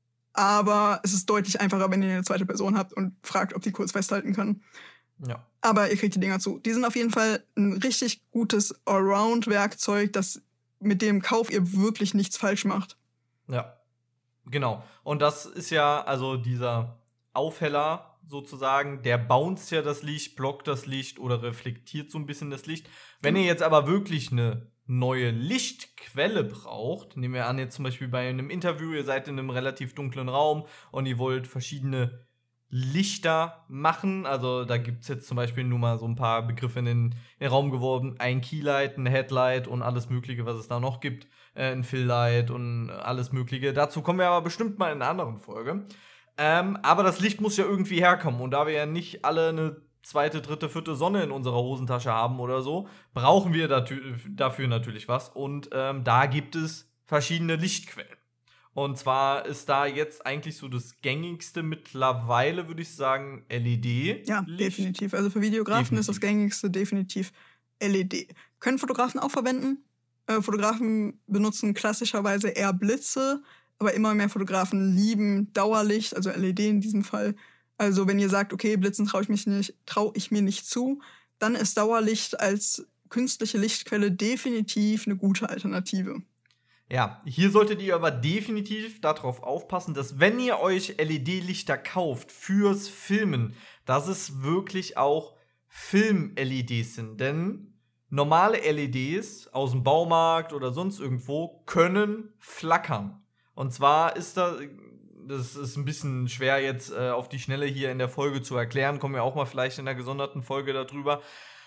Aber es ist deutlich einfacher, wenn ihr eine zweite Person habt und fragt, ob die kurz festhalten kann. Ja. Aber ihr kriegt die Dinger zu. Die sind auf jeden Fall ein richtig gutes Allround-Werkzeug, das mit dem Kauf ihr wirklich nichts falsch macht. Ja, genau. Und das ist ja, also dieser Aufheller sozusagen, der bounced ja das Licht, blockt das Licht oder reflektiert so ein bisschen das Licht. Wenn ihr jetzt aber wirklich eine neue Lichtquelle braucht, nehmen wir an, jetzt zum Beispiel bei einem Interview, ihr seid in einem relativ dunklen Raum und ihr wollt verschiedene Lichter machen, also da gibt es jetzt zum Beispiel nur mal so ein paar Begriffe in den, in den Raum geworfen, ein Keylight, ein Headlight und alles mögliche, was es da noch gibt, äh, ein Filllight und alles mögliche. Dazu kommen wir aber bestimmt mal in einer anderen Folge. Ähm, aber das Licht muss ja irgendwie herkommen und da wir ja nicht alle eine zweite, dritte, vierte Sonne in unserer Hosentasche haben oder so, brauchen wir datü- dafür natürlich was. Und ähm, da gibt es verschiedene Lichtquellen. Und zwar ist da jetzt eigentlich so das gängigste mittlerweile, würde ich sagen, L E D. Ja, Licht. definitiv. Also für Videografen ist das Definitiv. gängigste definitiv L E D. Können Fotografen auch verwenden. Äh, Fotografen benutzen klassischerweise eher Blitze, aber immer mehr Fotografen lieben Dauerlicht, also L E D in diesem Fall. Also wenn ihr sagt, okay, Blitzen traue ich mich nicht, traue ich mir nicht zu, dann ist Dauerlicht als künstliche Lichtquelle definitiv eine gute Alternative. Ja, hier solltet ihr aber definitiv darauf aufpassen, dass wenn ihr euch L E D-Lichter kauft fürs Filmen, dass es wirklich auch Film-L E Ds sind. Denn normale L E Ds aus dem Baumarkt oder sonst irgendwo können flackern. Und zwar ist da, das ist ein bisschen schwer jetzt äh, auf die Schnelle hier in der Folge zu erklären, kommen wir auch mal vielleicht in einer gesonderten Folge darüber.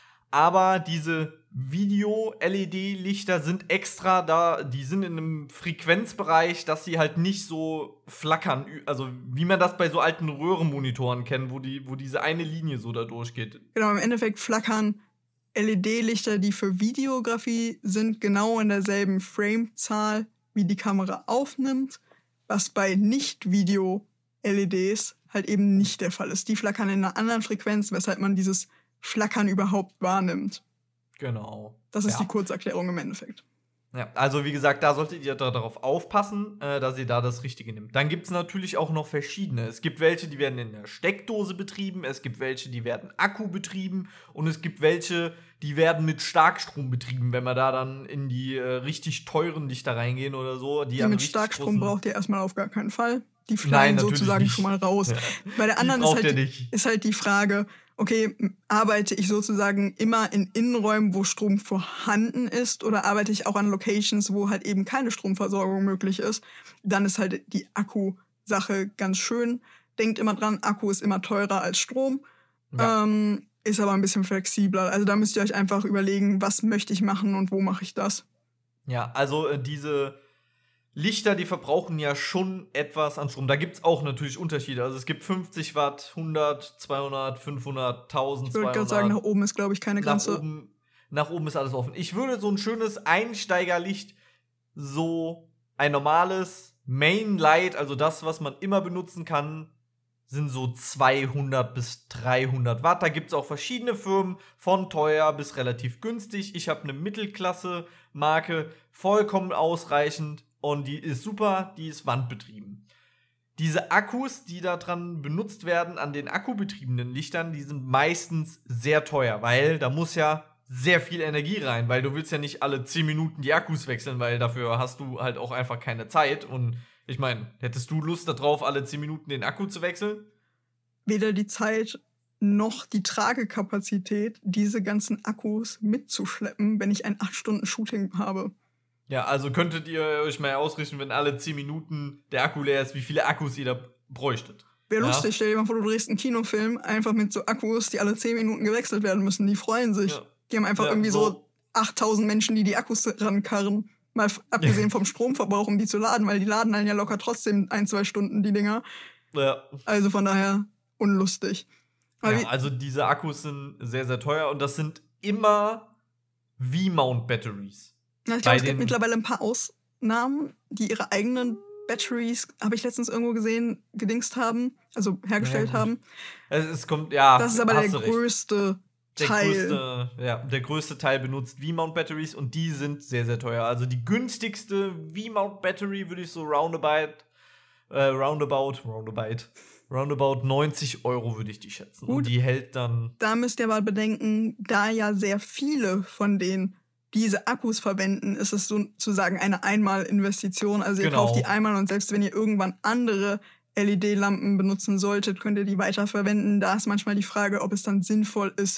Aber diese Video-L E D-Lichter sind extra da, die sind in einem Frequenzbereich, dass sie halt nicht so flackern. Also wie man das bei so alten Röhrenmonitoren kennt, wo, die, wo diese eine Linie so da durchgeht. Genau, im Endeffekt flackern L E D-Lichter, die für Videografie sind, genau in derselben Framezahl, wie die Kamera aufnimmt, was bei Nicht-Video-L E Ds halt eben nicht der Fall ist. Die flackern in einer anderen Frequenz, weshalb man dieses Flackern überhaupt wahrnimmt. Genau. Das ist ja. die Kurzerklärung im Endeffekt. Ja, also wie gesagt, da solltet ihr da darauf aufpassen, äh, dass ihr da das Richtige nimmt. Dann gibt es natürlich auch noch verschiedene. Es gibt welche, die werden in der Steckdose betrieben, es gibt welche, die werden Akku betrieben und es gibt welche, die werden mit Starkstrom betrieben, wenn wir da dann in die äh, richtig teuren Lichter reingehen oder so. Die, die mit Starkstrom braucht ihr erstmal auf gar keinen Fall. Die Nein, fallen sozusagen nicht. schon mal raus. Ja. Bei der anderen die ist braucht halt, ihr nicht. ist halt die Frage, okay, arbeite ich sozusagen immer in Innenräumen, wo Strom vorhanden ist, oder arbeite ich auch an Locations, wo halt eben keine Stromversorgung möglich ist? Dann ist halt die Akku-Sache ganz schön. Denkt immer dran, Akku ist immer teurer als Strom, Ja. ähm, ist aber ein bisschen flexibler. Also da müsst ihr euch einfach überlegen, was möchte ich machen und wo mache ich das? Ja, also äh, diese Lichter, die verbrauchen ja schon etwas an Strom. Da gibt es auch natürlich Unterschiede. Also es gibt fünfzig Watt, hundert, zweihundert, fünfhundert, Ich würde zwölfhundert. gerade sagen, nach oben ist, glaube ich, keine nach Grenze. oben, nach oben ist alles offen. Ich würde so ein schönes Einsteigerlicht, so ein normales Mainlight, also das, was man immer benutzen kann, sind so zweihundert bis dreihundert Watt. Da gibt es auch verschiedene Firmen, von teuer bis relativ günstig. Ich habe eine Mittelklasse-Marke, vollkommen ausreichend. Und die ist super, die ist wandbetrieben. Diese Akkus, die da dran benutzt werden, an den akkubetriebenen Lichtern, die sind meistens sehr teuer, weil da muss ja sehr viel Energie rein, weil du willst ja nicht alle zehn Minuten die Akkus wechseln, weil dafür hast du halt auch einfach keine Zeit. Und ich meine, hättest du Lust darauf, alle zehn Minuten den Akku zu wechseln? Weder die Zeit noch die Tragekapazität, diese ganzen Akkus mitzuschleppen, wenn ich ein acht Stunden Shooting habe. Ja, also könntet ihr euch mal ausrichten, wenn alle zehn Minuten der Akku leer ist, wie viele Akkus ihr da bräuchtet. Wäre ja? lustig, stell dir mal vor, du drehst einen Kinofilm einfach mit so Akkus, die alle zehn Minuten gewechselt werden müssen. Die freuen sich. Ja. Die haben einfach ja, irgendwie so, so achttausend Menschen, die die Akkus rankarren. Mal f- abgesehen vom Stromverbrauch, um die zu laden, weil die laden dann ja locker trotzdem ein, zwei Stunden, die Dinger. Ja. Also von daher unlustig. Aber Ja, wie- also diese Akkus sind sehr, sehr teuer und das sind immer V-Mount-Batteries. Ja, ich bei glaube, es gibt den- mittlerweile ein paar Ausnahmen, die ihre eigenen Batteries, habe ich letztens irgendwo gesehen, gedingst haben, also hergestellt Ja, gut. haben. Es, es kommt, ja. Das ist aber hast der du recht. größte Der Teil. größte, ja, der größte Teil benutzt V-Mount-Batteries und die sind sehr, sehr teuer. Also die günstigste V-Mount-Battery würde ich so roundabout, äh, roundabout, roundabout, roundabout neunzig Euro würde ich die schätzen. Gut. Und die hält dann, Da müsst ihr aber bedenken, da ja sehr viele von denen diese Akkus verwenden, ist es sozusagen eine Einmalinvestition. Also ihr Genau. kauft die einmal und selbst wenn ihr irgendwann andere L E D-Lampen benutzen solltet, könnt ihr die weiterverwenden. Da ist manchmal die Frage, ob es dann sinnvoll ist,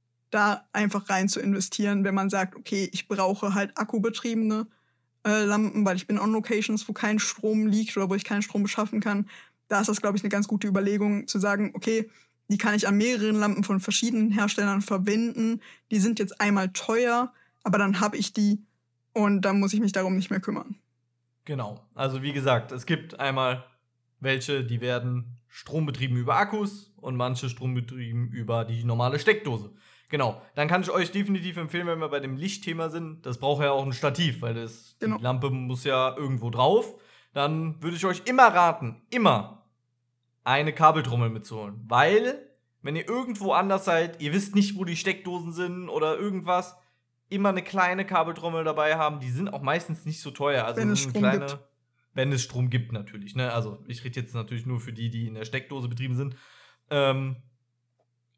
da einfach rein zu investieren, wenn man sagt, okay, ich brauche halt akkubetriebene äh, Lampen, weil ich bin on Locations, wo kein Strom liegt oder wo ich keinen Strom beschaffen kann. Da ist das, glaube ich, eine ganz gute Überlegung, zu sagen, okay, die kann ich an mehreren Lampen von verschiedenen Herstellern verwenden. Die sind jetzt einmal teuer, aber dann habe ich die und dann muss ich mich darum nicht mehr kümmern. genau. Also wie gesagt, es gibt einmal welche, die werden strombetrieben über Akkus und manche strombetrieben über die normale Steckdose. Genau, dann kann ich euch definitiv empfehlen, wenn wir bei dem Lichtthema sind, das braucht ja auch ein Stativ, weil das, Genau. die Lampe muss ja irgendwo drauf. Dann würde ich euch immer raten, immer eine Kabeltrommel mitzuholen. Weil, wenn ihr irgendwo anders seid, ihr wisst nicht, wo die Steckdosen sind oder irgendwas, immer eine kleine Kabeltrommel dabei haben. Die sind auch meistens nicht so teuer. Also Wenn es so eine Strom kleine, gibt. Wenn es Strom gibt, natürlich. Ne? Also ich rede jetzt natürlich nur für die, die in der Steckdose betrieben sind. Ähm,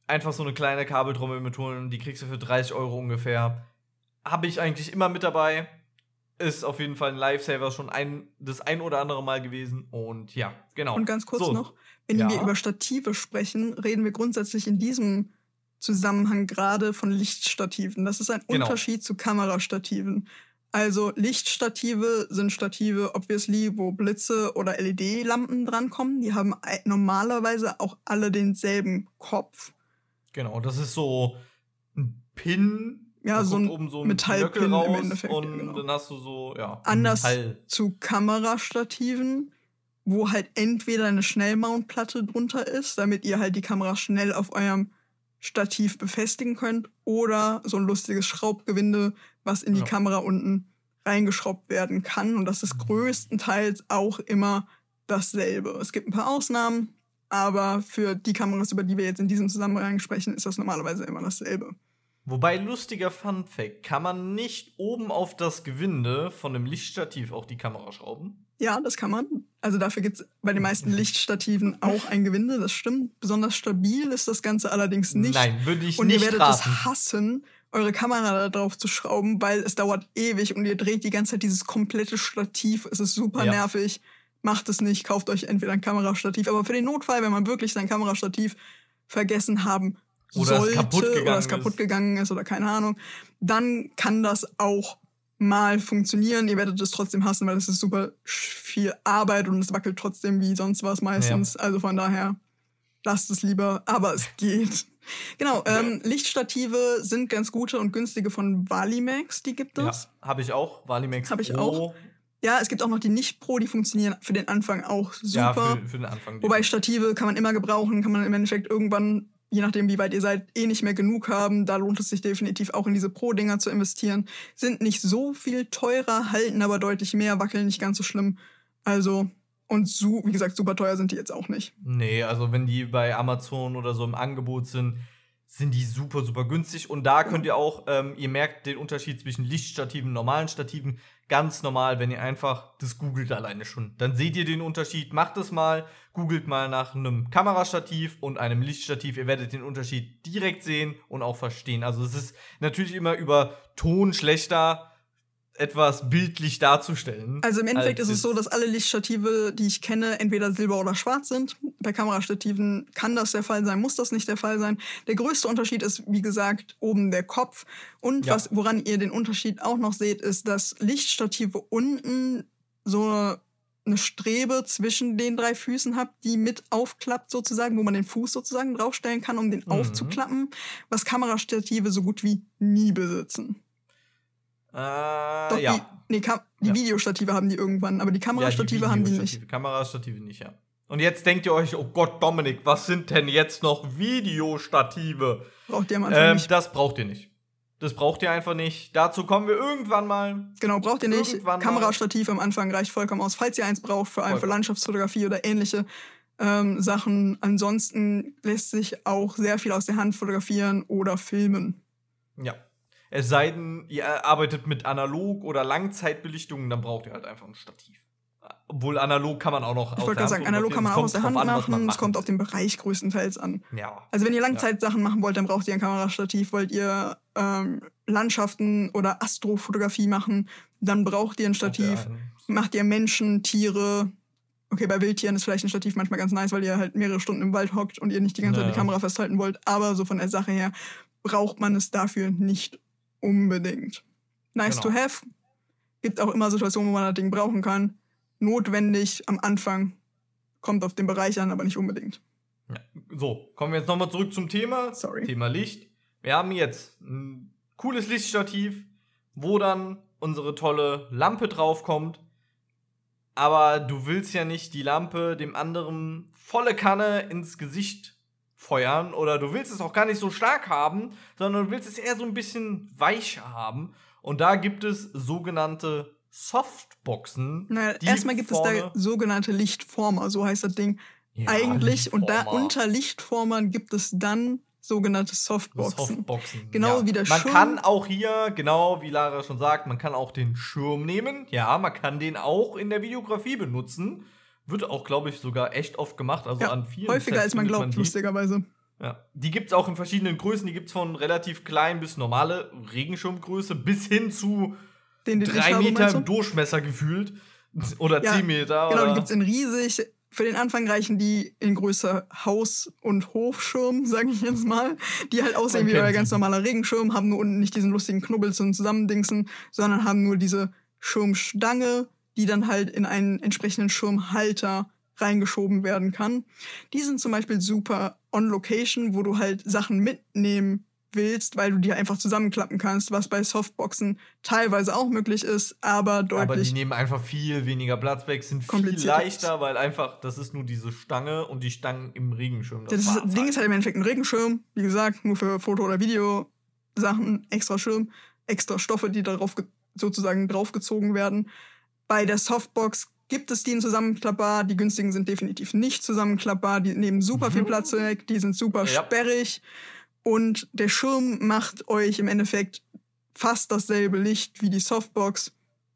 einfach so eine kleine Kabeltrommel mit holen. Die kriegst du für dreißig Euro ungefähr. Habe ich eigentlich immer mit dabei. Ist auf jeden Fall ein Lifesaver schon ein, das ein oder andere Mal gewesen. Und ja, genau. Und ganz kurz so. noch, wenn Ja. wir über Stative sprechen, reden wir grundsätzlich in diesem Zusammenhang gerade von Lichtstativen. Das ist ein Genau. Unterschied zu Kamerastativen. Also Lichtstative sind Stative, obviously, wo Blitze oder L E D-Lampen drankommen. Die haben ei- normalerweise auch alle denselben Kopf. Genau, das ist so ein Pin. Ja, da so kommt ein oben so ein Metallpin Knöckel im raus Endeffekt, und ja, genau. dann hast du so, ja, Anders Metall. zu Kamerastativen, wo halt entweder eine Schnellmountplatte drunter ist, damit ihr halt die Kamera schnell auf eurem Stativ befestigen könnt, oder so ein lustiges Schraubgewinde, was in die Ja. Kamera unten reingeschraubt werden kann. Und das ist größtenteils auch immer dasselbe. Es gibt ein paar Ausnahmen, aber für die Kameras, über die wir jetzt in diesem Zusammenhang sprechen, ist das normalerweise immer dasselbe. Wobei, lustiger Funfact, kann man nicht oben auf das Gewinde von einem Lichtstativ auch die Kamera schrauben? Ja, das kann man. Also dafür gibt es bei den meisten Lichtstativen auch ein Gewinde, das stimmt. Besonders stabil ist das Ganze allerdings nicht. Nein, würde ich und nicht ihr werdet raten. es hassen, eure Kamera da drauf zu schrauben, weil es dauert ewig und ihr dreht die ganze Zeit dieses komplette Stativ. Es ist super Ja. nervig. Macht es nicht, kauft euch entweder ein Kamerastativ. Aber für den Notfall, wenn man wirklich sein Kamerastativ vergessen haben Oder es sollte kaputt oder gegangen es kaputt ist. gegangen ist oder keine Ahnung, dann kann das auch mal funktionieren. Ihr werdet es trotzdem hassen, weil es ist super sch- viel Arbeit und es wackelt trotzdem wie sonst was meistens. Also von daher, lasst es lieber, aber es geht. Genau, ähm, Lichtstative sind ganz gute und günstige von Valimax, die gibt Ja, es. habe ich auch. Valimax Hab ich Pro. Ja, es gibt auch noch die Nicht-Pro, die funktionieren für den Anfang auch Ja, super. für, für den Anfang. Wobei Stative kann man immer gebrauchen, kann man im Endeffekt irgendwann, je nachdem wie weit ihr seid, eh nicht mehr genug haben. Da lohnt es sich definitiv auch in diese Pro-Dinger zu investieren. Sind nicht so viel teurer, halten aber deutlich mehr, wackeln nicht ganz so schlimm. Also, und so, wie gesagt, super teuer sind die jetzt auch nicht. Nee, also wenn die bei Amazon oder so im Angebot sind, sind die super, super günstig. Und da könnt ihr auch, ähm, ihr merkt den Unterschied zwischen Lichtstativen und normalen Stativen ganz normal, wenn ihr einfach das googelt alleine schon. Dann seht ihr den Unterschied. Macht es mal, googelt mal nach einem Kamerastativ und einem Lichtstativ. Ihr werdet den Unterschied direkt sehen und auch verstehen. Also es ist natürlich immer über Ton schlechter etwas bildlich darzustellen. Also im Endeffekt als ist es so, dass alle Lichtstative, die ich kenne, entweder silber oder schwarz sind. Bei Kamerastativen kann das der Fall sein, muss das nicht der Fall sein. Der größte Unterschied ist, wie gesagt, oben der Kopf. Und Ja. was, woran ihr den Unterschied auch noch seht, ist, dass Lichtstative unten so eine Strebe zwischen den drei Füßen habt, die mit aufklappt sozusagen, wo man den Fuß sozusagen draufstellen kann, um den Mhm. aufzuklappen, was Kamerastative so gut wie nie besitzen. Äh, Doch, ja. die, nee, Kam die Ja. Videostative haben die irgendwann, aber die Kamerastative haben die nicht. Videostative. Kamerastative nicht, ja. Und jetzt denkt ihr euch, oh Gott, Dominik, was sind denn jetzt noch Videostative? Braucht ihr am Anfang Ähm, nicht. das braucht ihr nicht. Das braucht ihr einfach nicht. Dazu kommen wir irgendwann mal. Genau, braucht ihr nicht. irgendwann mal- Kamerastativ am Anfang reicht vollkommen aus, falls ihr eins braucht, vor allem für Vollkommen. Landschaftsfotografie oder ähnliche ähm, Sachen. Ansonsten lässt sich auch sehr viel aus der Hand fotografieren oder filmen. Ja. Es sei denn, ihr arbeitet mit Analog- oder Langzeitbelichtungen, dann braucht ihr halt einfach ein Stativ. Obwohl analog kann man auch noch Ich wollte gerade sagen, analog kann man auch aus der Hand machen. Es kommt auf den Bereich größtenteils an. Ja. Also wenn ihr Langzeitsachen machen wollt, dann braucht ihr ein Kamerastativ. Wollt ihr ähm, Landschaften oder Astrofotografie machen, dann braucht ihr ein Stativ. Macht ihr Menschen, Tiere. Okay, bei Wildtieren ist vielleicht ein Stativ manchmal ganz nice, weil ihr halt mehrere Stunden im Wald hockt und ihr nicht die ganze Zeit Ja. die Kamera festhalten wollt. Aber so von der Sache her braucht man es dafür nicht unbedingt. Nice Genau. to have. Gibt auch immer Situationen, wo man das Ding brauchen kann. Notwendig am Anfang. Kommt auf den Bereich an, aber nicht unbedingt. Ja. So, kommen wir jetzt nochmal zurück zum Thema. Sorry. Thema Licht. Wir haben jetzt ein cooles Lichtstativ, wo dann unsere tolle Lampe draufkommt. Aber du willst ja nicht die Lampe dem anderen volle Kanne ins Gesicht feuern. Oder du willst es auch gar nicht so stark haben, sondern du willst es eher so ein bisschen weicher haben. Und da gibt es sogenannte Softboxen. Naja, die erstmal gibt es da vorne- sogenannte Lichtformer, so heißt das Ding Ja, eigentlich. Und da Lichtformer. unter Lichtformern gibt es dann sogenannte Softboxen. Softboxen. Genau ja. wie der Man Schirm. kann auch hier, genau wie Lara schon sagt, man kann auch den Schirm nehmen. Ja, man kann den auch in der Videografie benutzen. Wird auch, glaube ich, sogar echt oft gemacht. Also Ja, an vielen häufiger Sets als man findet glaubt, die. lustigerweise. Ja. Die gibt's auch in verschiedenen Größen. Die gibt's von relativ klein bis normale Regenschirmgröße bis hin zu Den, den ich drei habe, Meter meinst im du? Durchmesser gefühlt. Oder Ja, zehn Meter. Genau, die oder? gibt's in riesig. Für den Anfang reichen die in Größe Haus- und Hofschirm, sage ich jetzt mal. Die halt aussehen Man wie euer kennt ganz sie. normaler Regenschirm, haben nur unten nicht diesen lustigen Knubbel zum Zusammendingsen, sondern haben nur diese Schirmstange, die dann halt in einen entsprechenden Schirmhalter reingeschoben werden kann. Die sind zum Beispiel super on location, wo du halt Sachen mitnehmen willst, weil du die einfach zusammenklappen kannst, was bei Softboxen teilweise auch möglich ist, aber deutlich. Aber die nehmen einfach viel weniger Platz weg, sind viel komplizierter leichter, weil einfach, das ist nur diese Stange und die Stangen im Regenschirm. Das, war's das Ding ist halt im Endeffekt ein Regenschirm, wie gesagt, nur für Foto- oder Videosachen, extra Schirm, extra Stoffe, die darauf ge- sozusagen draufgezogen werden. Bei der Softbox gibt es die in zusammenklappbar, die günstigen sind definitiv nicht zusammenklappbar, die nehmen super viel Platz weg, die sind super Ja. sperrig und der Schirm macht euch im Endeffekt fast dasselbe Licht wie die Softbox.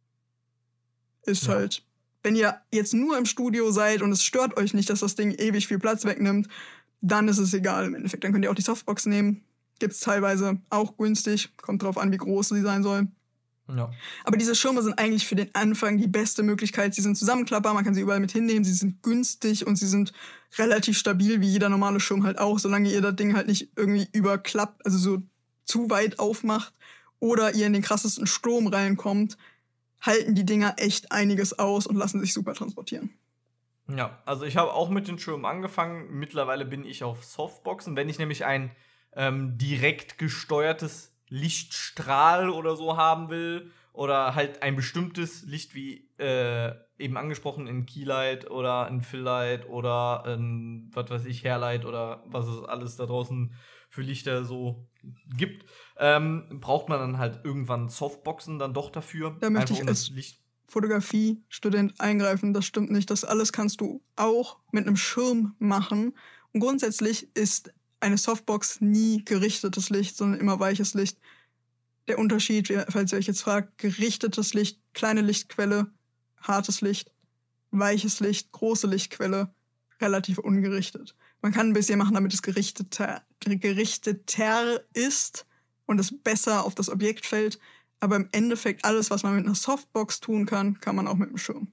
Ist Ja. halt, wenn ihr jetzt nur im Studio seid und es stört euch nicht, dass das Ding ewig viel Platz wegnimmt, dann ist es egal im Endeffekt. Dann könnt ihr auch die Softbox nehmen. Gibt's teilweise auch günstig. Kommt drauf an, wie groß sie sein soll. Ja. Aber diese Schirme sind eigentlich für den Anfang die beste Möglichkeit. Sie sind zusammenklappbar, man kann sie überall mit hinnehmen. Sie sind günstig und sie sind relativ stabil, wie jeder normale Schirm halt auch, solange ihr das Ding halt nicht irgendwie überklappt, also so zu weit aufmacht oder ihr in den krassesten Sturm reinkommt, halten die Dinger echt einiges aus und lassen sich super transportieren. Ja, also ich habe auch mit den Schirmen angefangen. Mittlerweile bin ich auf Softboxen. Wenn ich nämlich ein ähm, direkt gesteuertes Lichtstrahl oder so haben will oder halt ein bestimmtes Licht wie äh, eben angesprochen in Keylight oder ein Filllight oder ein, was weiß ich, Hairlight oder was es alles da draußen für Lichter so gibt, ähm, braucht man dann halt irgendwann Softboxen dann doch dafür. Da möchte einfach ich um als das Licht. Fotografie-Student eingreifen. Das stimmt nicht. Das alles kannst du auch mit einem Schirm machen. Und grundsätzlich ist eine Softbox nie gerichtetes Licht, sondern immer weiches Licht. Der Unterschied, falls ihr euch jetzt fragt, gerichtetes Licht, kleine Lichtquelle, hartes Licht, weiches Licht, große Lichtquelle, relativ ungerichtet. Man kann ein bisschen machen, damit es gerichteter, gerichteter ist und es besser auf das Objekt fällt. Aber im Endeffekt alles, was man mit einer Softbox tun kann, kann man auch mit einem Schirm.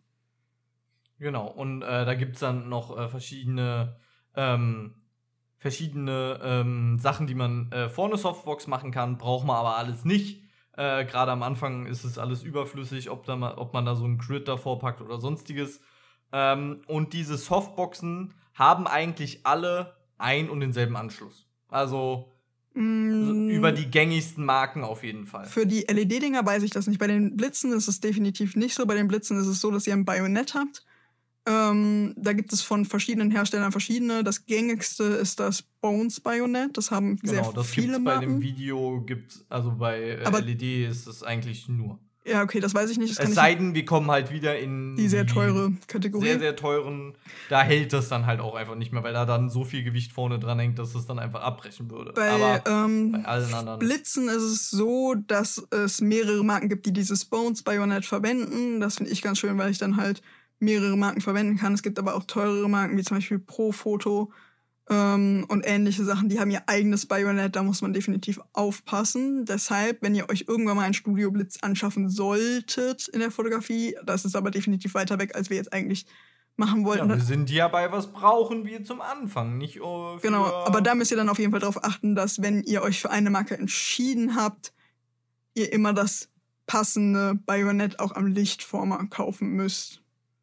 Genau, und äh, da gibt es dann noch äh, verschiedene, ähm, verschiedene ähm, Sachen, die man äh, vor eine Softbox machen kann, braucht man aber alles nicht. Äh, Gerade am Anfang ist es alles überflüssig, ob, da mal, ob man da so einen Grid davor packt oder sonstiges. Ähm, und diese Softboxen haben eigentlich alle ein und denselben Anschluss. Also Mm, über die gängigsten Marken auf jeden Fall. Für die L E D-Dinger weiß ich das nicht. Bei den Blitzen ist es definitiv nicht so. Bei den Blitzen ist es so, dass ihr ein Bajonett habt. Ähm, da gibt es von verschiedenen Herstellern verschiedene. Das gängigste ist das Bones Bajonett. Das haben sehr Genau, das viele gibt's bei dem Marken. Video, gibt's, also bei äh, Aber- L E D ist es eigentlich nur. Ja, okay, das weiß ich nicht. Das kann Es ich sei denn, wir kommen halt wieder in die sehr teure Kategorie. sehr, sehr teuren, da hält das dann halt auch einfach nicht mehr, weil da dann so viel Gewicht vorne dran hängt, dass es dann einfach abbrechen würde. Bei, Aber ähm, bei allen anderen. Blitzen ist es so, dass es mehrere Marken gibt, die dieses Bones Bajonett verwenden. Das finde ich ganz schön, weil ich dann halt mehrere Marken verwenden kann. Es gibt aber auch teurere Marken, wie zum Beispiel Profoto ähm, und ähnliche Sachen. Die haben ihr eigenes Bajonett, da muss man definitiv aufpassen. Deshalb, wenn ihr euch irgendwann mal einen Studioblitz anschaffen solltet in der Fotografie, das ist aber definitiv weiter weg, als wir jetzt eigentlich machen wollten. Ja, wir sind ja bei, was brauchen wir zum Anfang, nicht äh, für Genau, aber da müsst ihr dann auf jeden Fall darauf achten, dass, wenn ihr euch für eine Marke entschieden habt, ihr immer das passende Bajonett auch am Lichtformer kaufen müsst.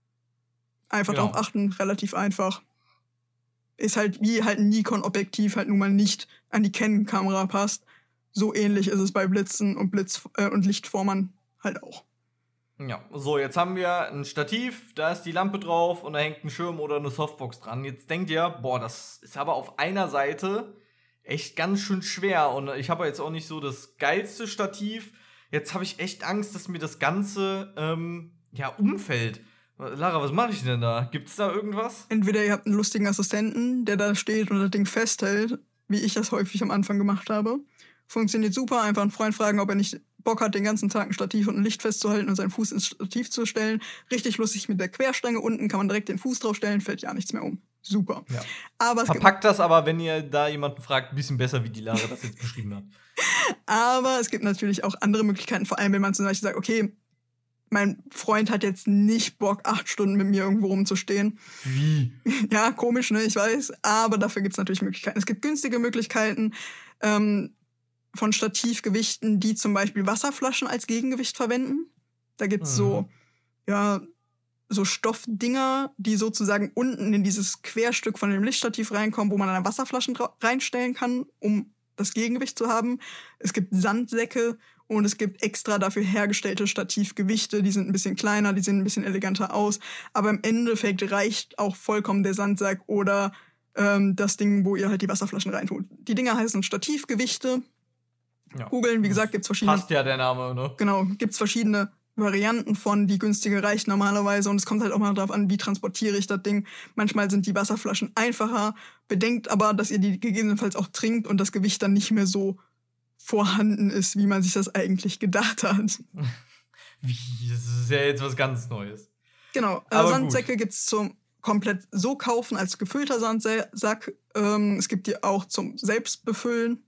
Einfach Genau. darauf achten, relativ einfach. Ist halt wie halt ein Nikon-Objektiv halt nun mal nicht an die Canon-Kamera passt. So ähnlich ist es bei Blitzen und Blitz äh, und Lichtformern halt auch. Ja, so, jetzt haben wir ein Stativ, da ist die Lampe drauf und da hängt ein Schirm oder eine Softbox dran. Jetzt denkt ihr, boah, das ist aber auf einer Seite echt ganz schön schwer und ich habe jetzt auch nicht so das geilste Stativ. Jetzt habe ich echt Angst, dass mir das Ganze ähm, ja umfällt. Lara, was mache ich denn da? Gibt's da irgendwas? Entweder ihr habt einen lustigen Assistenten, der da steht und das Ding festhält, wie ich das häufig am Anfang gemacht habe. Funktioniert super, einfach einen Freund fragen, ob er nicht Bock hat, den ganzen Tag ein Stativ und ein Licht festzuhalten und seinen Fuß ins Stativ zu stellen. Richtig lustig mit der Querstange unten, kann man direkt den Fuß draufstellen, fällt ja nichts mehr um. super. Ja. Aber Verpackt das aber, wenn ihr da jemanden fragt, ein bisschen besser, wie die Lara das jetzt beschrieben hat. Aber es gibt natürlich auch andere Möglichkeiten, vor allem wenn man zum Beispiel sagt, okay, mein Freund hat jetzt nicht Bock, acht Stunden mit mir irgendwo rumzustehen. Wie? Ja, komisch, ne, ich weiß. Aber dafür gibt es natürlich Möglichkeiten. Es gibt günstige Möglichkeiten ähm, von Stativgewichten, die zum Beispiel Wasserflaschen als Gegengewicht verwenden. Da gibt es mhm. so, ja, so Stoffdinger, die sozusagen unten in dieses Querstück von dem Lichtstativ reinkommen, wo man dann Wasserflaschen reinstellen kann, um das Gegengewicht zu haben. Es gibt Sandsäcke und es gibt extra dafür hergestellte Stativgewichte. Die sind ein bisschen kleiner, die sehen ein bisschen eleganter aus. Aber im Endeffekt reicht auch vollkommen der Sandsack oder ähm, das Ding, wo ihr halt die Wasserflaschen reintut. Die Dinger heißen Stativgewichte. Ja. Googeln, wie gesagt, gibt's verschiedene. Passt ja der Name, ne? Genau, gibt's verschiedene Varianten von, die günstige reicht normalerweise und es kommt halt auch mal darauf an, wie transportiere ich das Ding. Manchmal sind die Wasserflaschen einfacher, bedenkt aber, dass ihr die gegebenenfalls auch trinkt und das Gewicht dann nicht mehr so vorhanden ist, wie man sich das eigentlich gedacht hat. Wie? Das ist ja jetzt was ganz Neues. Genau, äh, Sandsäcke gibt es zum komplett so kaufen als gefüllter Sandsack. Ähm, es gibt die auch zum Selbstbefüllen.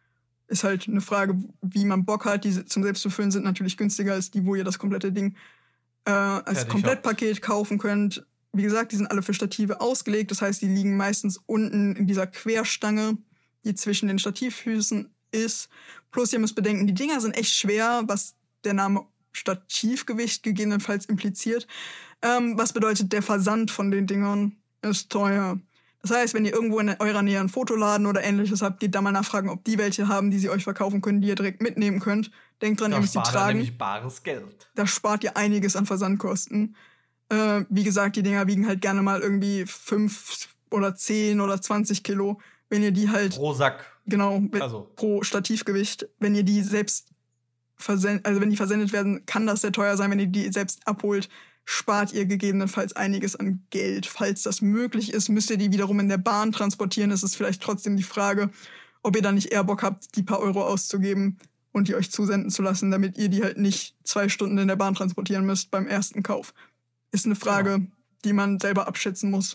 Ist halt eine Frage, wie man Bock hat. Die zum Selbstbefüllen sind natürlich günstiger als die, wo ihr das komplette Ding äh, als Fertig Komplettpaket habt. Kaufen könnt. Wie gesagt, die sind alle für Stative ausgelegt. Das heißt, die liegen meistens unten in dieser Querstange, die zwischen den Stativfüßen ist. Plus, ihr müsst bedenken, die Dinger sind echt schwer, was der Name Stativgewicht gegebenenfalls impliziert. Ähm, was bedeutet, der Versand von den Dingern ist teuer. Das heißt, wenn ihr irgendwo in eurer Nähe einen Fotoladen oder ähnliches habt, geht da mal nachfragen, ob die welche haben, die sie euch verkaufen können, die ihr direkt mitnehmen könnt. Denkt dran, da ihr müsst die tragen. Nämlich bares Geld. Da spart ihr einiges an Versandkosten. Äh, wie gesagt, die Dinger wiegen halt gerne mal irgendwie fünf oder zehn oder zwanzig Kilo. Wenn ihr die halt... Pro Sack. Genau, also. pro Stativgewicht. Wenn ihr die selbst versendet, also wenn die versendet werden, kann das sehr teuer sein. Wenn ihr die selbst abholt, spart ihr gegebenenfalls einiges an Geld. Falls das möglich ist, müsst ihr die wiederum in der Bahn transportieren. Es ist vielleicht trotzdem die Frage, ob ihr dann nicht eher Bock habt, die paar Euro auszugeben und die euch zusenden zu lassen, damit ihr die halt nicht zwei Stunden in der Bahn transportieren müsst beim ersten Kauf. Ist eine Frage, genau, die man selber abschätzen muss.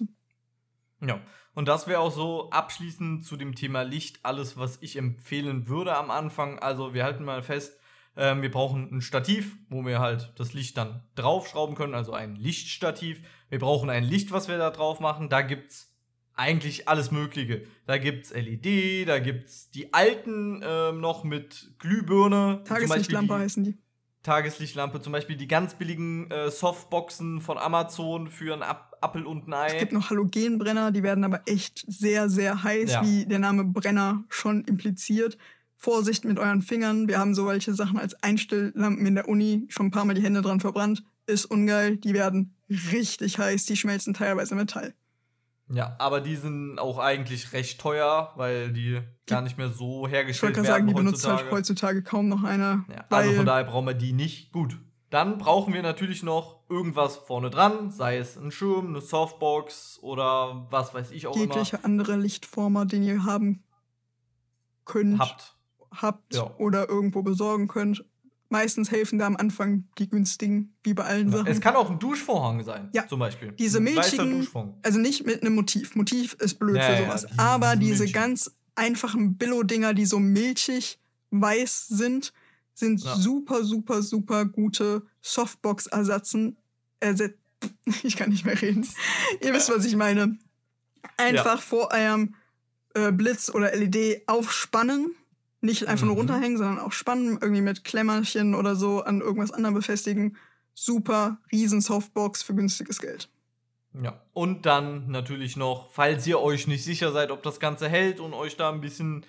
Ja, und das wäre auch so abschließend zu dem Thema Licht alles, was ich empfehlen würde am Anfang. Also wir halten mal fest, Ähm, wir brauchen ein Stativ, wo wir halt das Licht dann draufschrauben können, also ein Lichtstativ. Wir brauchen ein Licht, was wir da drauf machen. Da gibt's eigentlich alles Mögliche. Da gibt's L E D, da gibt's die alten ähm, noch mit Glühbirne. Tageslichtlampe die heißen die. Tageslichtlampe, zum Beispiel die ganz billigen äh, Softboxen von Amazon für ein Ap- Appel und ein Ei. Es gibt noch Halogenbrenner, die werden aber echt sehr, sehr heiß, ja, wie der Name Brenner schon impliziert. Vorsicht mit euren Fingern. Wir haben so welche Sachen als Einstelllampen in der Uni schon ein paar Mal die Hände dran verbrannt. Ist ungeil. Die werden richtig heiß. Die schmelzen teilweise Metall. Ja, aber die sind auch eigentlich recht teuer, weil die gar nicht mehr so hergestellt werden. Ich wollte gerade sagen, die benutzt halt heutzutage kaum noch einer. Ja, also von daher brauchen wir die nicht. Gut. Dann brauchen wir natürlich noch irgendwas vorne dran, sei es ein Schirm, eine Softbox oder was weiß ich auch immer. Jegliche andere Lichtformer, den ihr haben könnt. Habt. habt ja. oder irgendwo besorgen könnt. Meistens helfen da am Anfang die günstigen, wie bei allen ja. Sachen. Es kann auch ein Duschvorhang sein, ja, zum Beispiel. Diese milchigen, also nicht mit einem Motiv. Motiv ist blöd ja, für sowas. Ja, die, aber diese, diese ganz einfachen Billo-Dinger, die so milchig weiß sind, sind ja. super, super, super gute Softbox-Ersatzen. Erset- ich kann nicht mehr reden. Ihr wisst, was ich meine. Einfach ja. vor eurem äh, Blitz oder L E D aufspannen. Nicht einfach mhm. nur runterhängen, sondern auch spannen, irgendwie mit Klemmerchen oder so an irgendwas anderem befestigen. Super, riesen Softbox für günstiges Geld. Ja, und dann natürlich noch, falls ihr euch nicht sicher seid, ob das Ganze hält und euch da ein bisschen,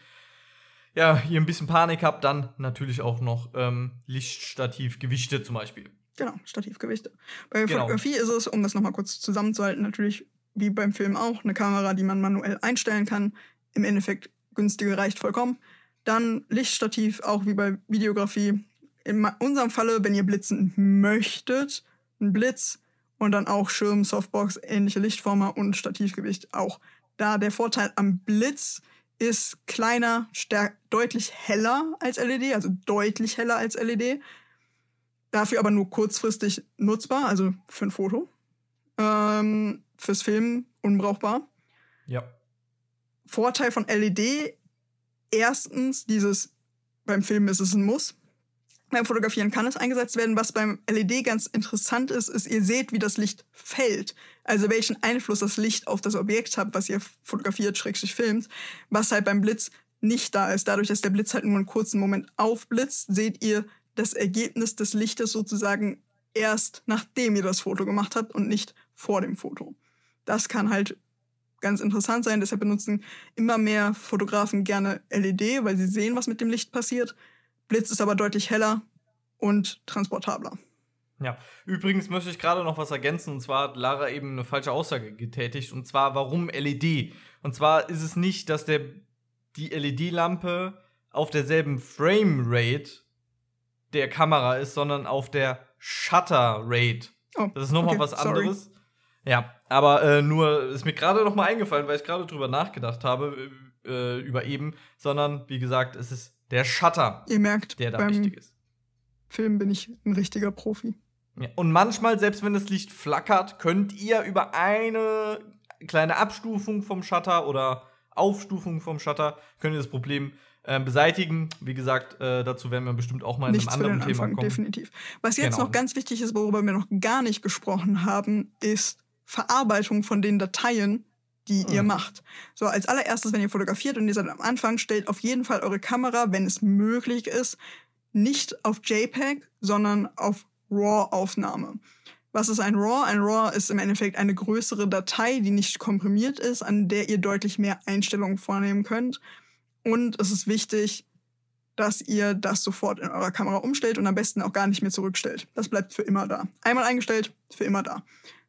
ja, ihr ein bisschen Panik habt, dann natürlich auch noch ähm, Lichtstativgewichte zum Beispiel. Genau, Stativgewichte. Bei genau. Fotografie ist es, um das nochmal kurz zusammenzuhalten, natürlich wie beim Film auch, eine Kamera, die man manuell einstellen kann. Im Endeffekt günstige reicht vollkommen. Dann Lichtstativ, auch wie bei Videografie. In unserem Falle, wenn ihr blitzen möchtet, ein Blitz und dann auch Schirm, Softbox, ähnliche Lichtformer und Stativgewicht auch. Da der Vorteil am Blitz ist kleiner, stärk- deutlich heller als L E D, also deutlich heller als L E D. Dafür aber nur kurzfristig nutzbar, also für ein Foto. Ähm, fürs Filmen unbrauchbar. Ja. Vorteil von L E D, erstens, dieses, beim Filmen ist es ein Muss. Beim Fotografieren kann es eingesetzt werden. Was beim L E D ganz interessant ist, ist, ihr seht, wie das Licht fällt. Also welchen Einfluss das Licht auf das Objekt hat, was ihr fotografiert, schrägstrich filmt, was halt beim Blitz nicht da ist. Dadurch, dass der Blitz halt nur einen kurzen Moment aufblitzt, seht ihr das Ergebnis des Lichtes sozusagen erst nachdem ihr das Foto gemacht habt und nicht vor dem Foto. Das kann halt ganz interessant sein. Deshalb benutzen immer mehr Fotografen gerne L E D, weil sie sehen, was mit dem Licht passiert. Blitz ist aber deutlich heller und transportabler. Ja, übrigens möchte ich gerade noch was ergänzen. Und zwar hat Lara eben eine falsche Aussage getätigt. Und zwar, warum L E D? Und zwar ist es nicht, dass der, die L E D-Lampe auf derselben Frame-Rate der Kamera ist, sondern auf der Shutter-Rate. Oh, das ist nochmal okay, was anderes. sorry. Ja, aber äh, nur ist mir gerade noch mal eingefallen, weil ich gerade drüber nachgedacht habe, äh, über eben. Sondern, wie gesagt, es ist der Shutter, Ihr merkt, der da beim wichtig ist. Film bin ich ein richtiger Profi. Ja, und manchmal, selbst wenn das Licht flackert, könnt ihr über eine kleine Abstufung vom Shutter oder Aufstufung vom Shutter, könnt ihr das Problem äh, beseitigen. Wie gesagt, äh, dazu werden wir bestimmt auch mal in Nichts einem anderen für den Thema Anfang, kommen. definitiv. Was jetzt Genau. noch ganz wichtig ist, worüber wir noch gar nicht gesprochen haben, ist Verarbeitung von den Dateien, die Mhm. ihr macht. So, als allererstes, wenn ihr fotografiert und ihr seid am Anfang, stellt auf jeden Fall eure Kamera, wenn es möglich ist, nicht auf JPEG, sondern auf RAW-Aufnahme. Was ist ein RAW? Ein RAW ist im Endeffekt eine größere Datei, die nicht komprimiert ist, an der ihr deutlich mehr Einstellungen vornehmen könnt. Und es ist wichtig, dass ihr das sofort in eurer Kamera umstellt und am besten auch gar nicht mehr zurückstellt. Das bleibt für immer da. Einmal eingestellt, für immer da.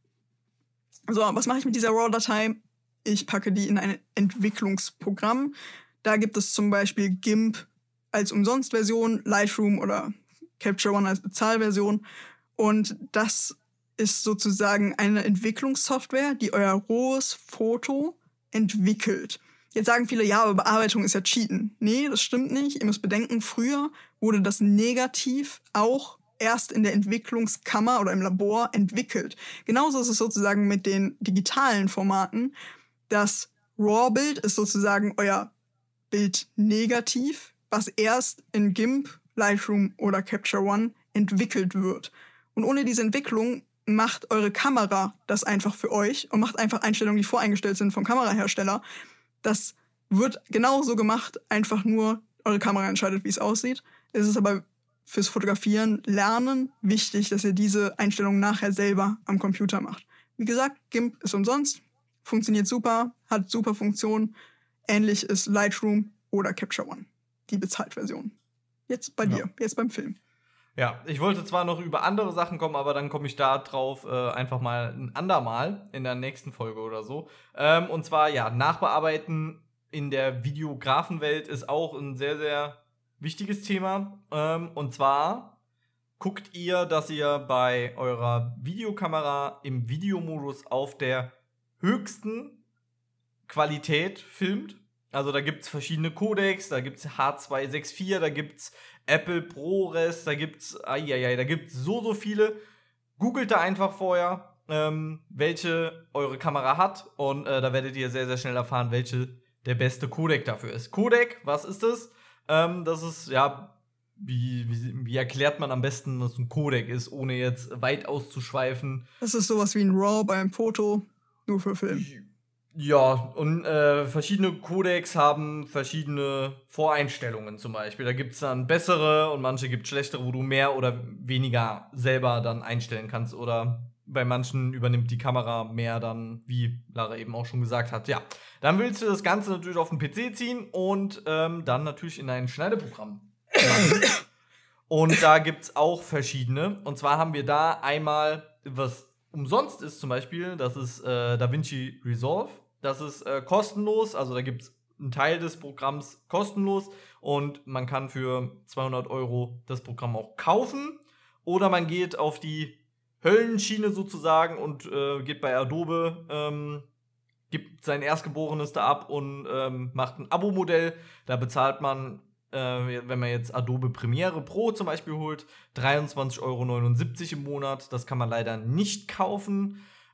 So, was mache ich mit dieser RAW-Datei? Ich packe die in ein Entwicklungsprogramm. Da gibt es zum Beispiel GIMP als Umsonstversion, Lightroom oder Capture One als Bezahlversion. Und das ist sozusagen eine Entwicklungssoftware, die euer rohes Foto entwickelt. Jetzt sagen viele, ja, aber Bearbeitung ist ja Cheaten. Nee, das stimmt nicht. Ihr müsst bedenken, früher wurde das Negativ auch erst in der Entwicklungskammer oder im Labor entwickelt. Genauso ist es sozusagen mit den digitalen Formaten. Das RAW-Bild ist sozusagen euer Bild negativ, was erst in GIMP, Lightroom oder Capture One entwickelt wird. Und ohne diese Entwicklung macht eure Kamera das einfach für euch und macht einfach Einstellungen, die voreingestellt sind vom Kamerahersteller. Das wird genauso gemacht, einfach nur eure Kamera entscheidet, wie es aussieht. Es ist aber fürs Fotografieren, Lernen wichtig, dass ihr diese Einstellungen nachher selber am Computer macht. Wie gesagt, GIMP ist umsonst, funktioniert super, hat super Funktionen. Ähnlich ist Lightroom oder Capture One, die Bezahltversion. Jetzt bei Ja. dir, jetzt beim Film. Ja, ich wollte zwar noch über andere Sachen kommen, aber dann komme ich da drauf äh, einfach mal ein andermal in der nächsten Folge oder so. Ähm, und zwar, ja, Nachbearbeiten in der Videografenwelt ist auch ein sehr, sehr wichtiges Thema. Ähm, und zwar guckt ihr, dass ihr bei eurer Videokamera im Videomodus auf der höchsten Qualität filmt. Also da gibt es verschiedene Codecs, da gibt es H zwei sechs vier, da gibt es Apple ProRes, da gibt's, ai, da gibt's so, so viele. Googelt da einfach vorher, ähm, welche eure Kamera hat und äh, da werdet ihr sehr, sehr schnell erfahren, welche der beste Codec dafür ist. Codec, was ist das? Ähm, das ist, ja, wie, wie, wie erklärt man am besten, was ein Codec ist, ohne jetzt weit auszuschweifen? Das ist sowas wie ein RAW beim Foto, nur für Film. Ja, und äh, verschiedene Codecs haben verschiedene Voreinstellungen zum Beispiel. Da gibt es dann bessere und manche gibt es schlechtere, wo du mehr oder weniger selber dann einstellen kannst. Oder bei manchen übernimmt die Kamera mehr dann, wie Lara eben auch schon gesagt hat. Ja, dann willst du das Ganze natürlich auf den P C ziehen und ähm, dann natürlich in ein Schneideprogramm machen. Und da gibt es auch verschiedene. Und zwar haben wir da einmal, was umsonst ist zum Beispiel, das ist äh, DaVinci Resolve. Das ist äh, kostenlos, also da gibt es einen Teil des Programms kostenlos und man kann für zweihundert Euro das Programm auch kaufen. Oder man geht auf die Höllenschiene sozusagen und äh, geht bei Adobe, ähm, gibt sein Erstgeborenes da ab und ähm, macht ein Abo-Modell. Da bezahlt man, äh, wenn man jetzt Adobe Premiere Pro zum Beispiel holt, dreiundzwanzig Euro neunundsiebzig im Monat. Das kann man leider nicht kaufen.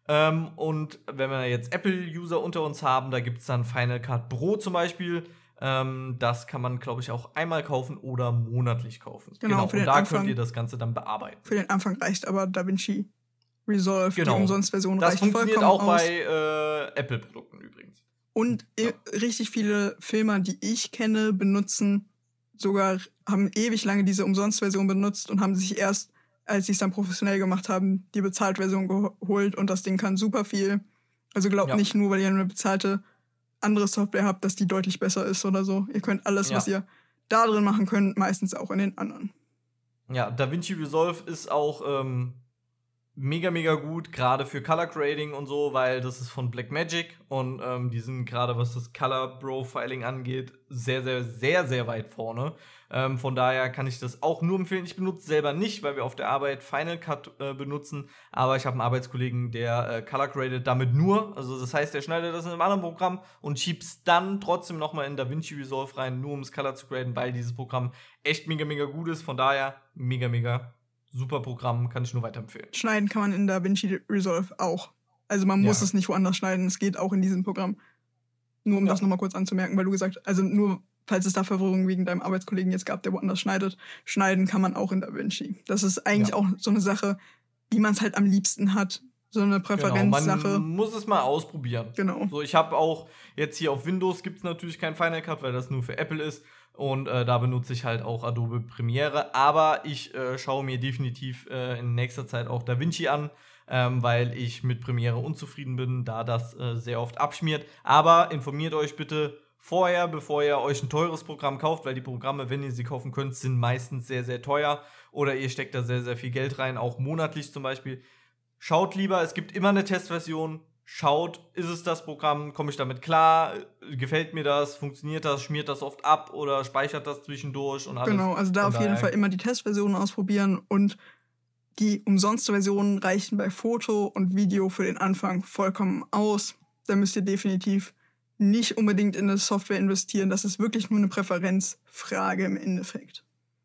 Ähm, und wenn wir jetzt Apple-User unter uns haben, da gibt es dann Final Cut Pro zum Beispiel. Ähm, das kann man, glaube ich, auch einmal kaufen oder monatlich kaufen. Genau, genau. für Und den da Anfang, könnt ihr das Ganze dann bearbeiten. Für den Anfang reicht aber DaVinci Resolve, genau. die Umsonstversion, das reicht funktioniert vollkommen auch aus. bei äh, Apple-Produkten übrigens. Und ja. richtig viele Filmer, die ich kenne, benutzen sogar, haben ewig lange diese Umsonstversion benutzt und haben sich erst, als sie es dann professionell gemacht haben, die Bezahltversion geholt. Und das Ding kann super viel. Also glaubt ja. nicht nur, weil ihr eine bezahlte andere Software habt, dass die deutlich besser ist oder so. Ihr könnt alles, ja. was ihr da drin machen könnt, meistens auch in den anderen. Ja, DaVinci Resolve ist auch ähm, mega, mega gut, gerade für Color Grading und so, weil das ist von Blackmagic und ähm, die sind gerade, was das Color Profiling angeht, sehr, sehr, sehr, sehr weit vorne. Ähm, von daher kann ich das auch nur empfehlen. Ich benutze selber nicht, weil wir auf der Arbeit Final Cut äh, benutzen, aber ich habe einen Arbeitskollegen, der äh, Color gradet damit nur. Also das heißt, der schneidet das in einem anderen Programm und schiebt es dann trotzdem nochmal in DaVinci Resolve rein, nur um das Color zu graden, weil dieses Programm echt mega, mega gut ist. Von daher mega, mega super Programm, kann ich nur weiterempfehlen. Schneiden kann man in DaVinci Resolve auch. Also man muss ja. es nicht woanders schneiden, es geht auch in diesem Programm. Nur um ja. das nochmal kurz anzumerken, weil du gesagt hast, also nur falls es da Verwirrung wegen deinem Arbeitskollegen jetzt gab, der woanders schneidet, schneiden kann man auch in DaVinci. Das ist eigentlich ja. auch so eine Sache, wie man es halt am liebsten hat. So eine Präferenzsache. Genau, man muss es mal ausprobieren. Genau. So, ich habe auch jetzt hier auf Windows gibt es natürlich kein Final Cut, weil das nur für Apple ist. Und äh, da benutze ich halt auch Adobe Premiere. Aber ich äh, schaue mir definitiv äh, in nächster Zeit auch DaVinci an, ähm, weil ich mit Premiere unzufrieden bin, da das äh, sehr oft abschmiert. Aber informiert euch bitte vorher, bevor ihr euch ein teures Programm kauft, weil die Programme, wenn ihr sie kaufen könnt, sind meistens sehr, sehr teuer. Oder ihr steckt da sehr, sehr viel Geld rein, auch monatlich zum Beispiel. Schaut lieber, es gibt immer eine Testversion. Schaut, ist es das Programm, komme ich damit klar, gefällt mir das, funktioniert das, schmiert das oft ab oder speichert das zwischendurch und alles. Genau, also da auf jeden Fall immer die Testversion ausprobieren und die umsonste Versionen reichen bei Foto und Video für den Anfang vollkommen aus. Da müsst ihr definitiv nicht unbedingt in eine Software investieren, das ist wirklich nur eine Präferenzfrage im Endeffekt.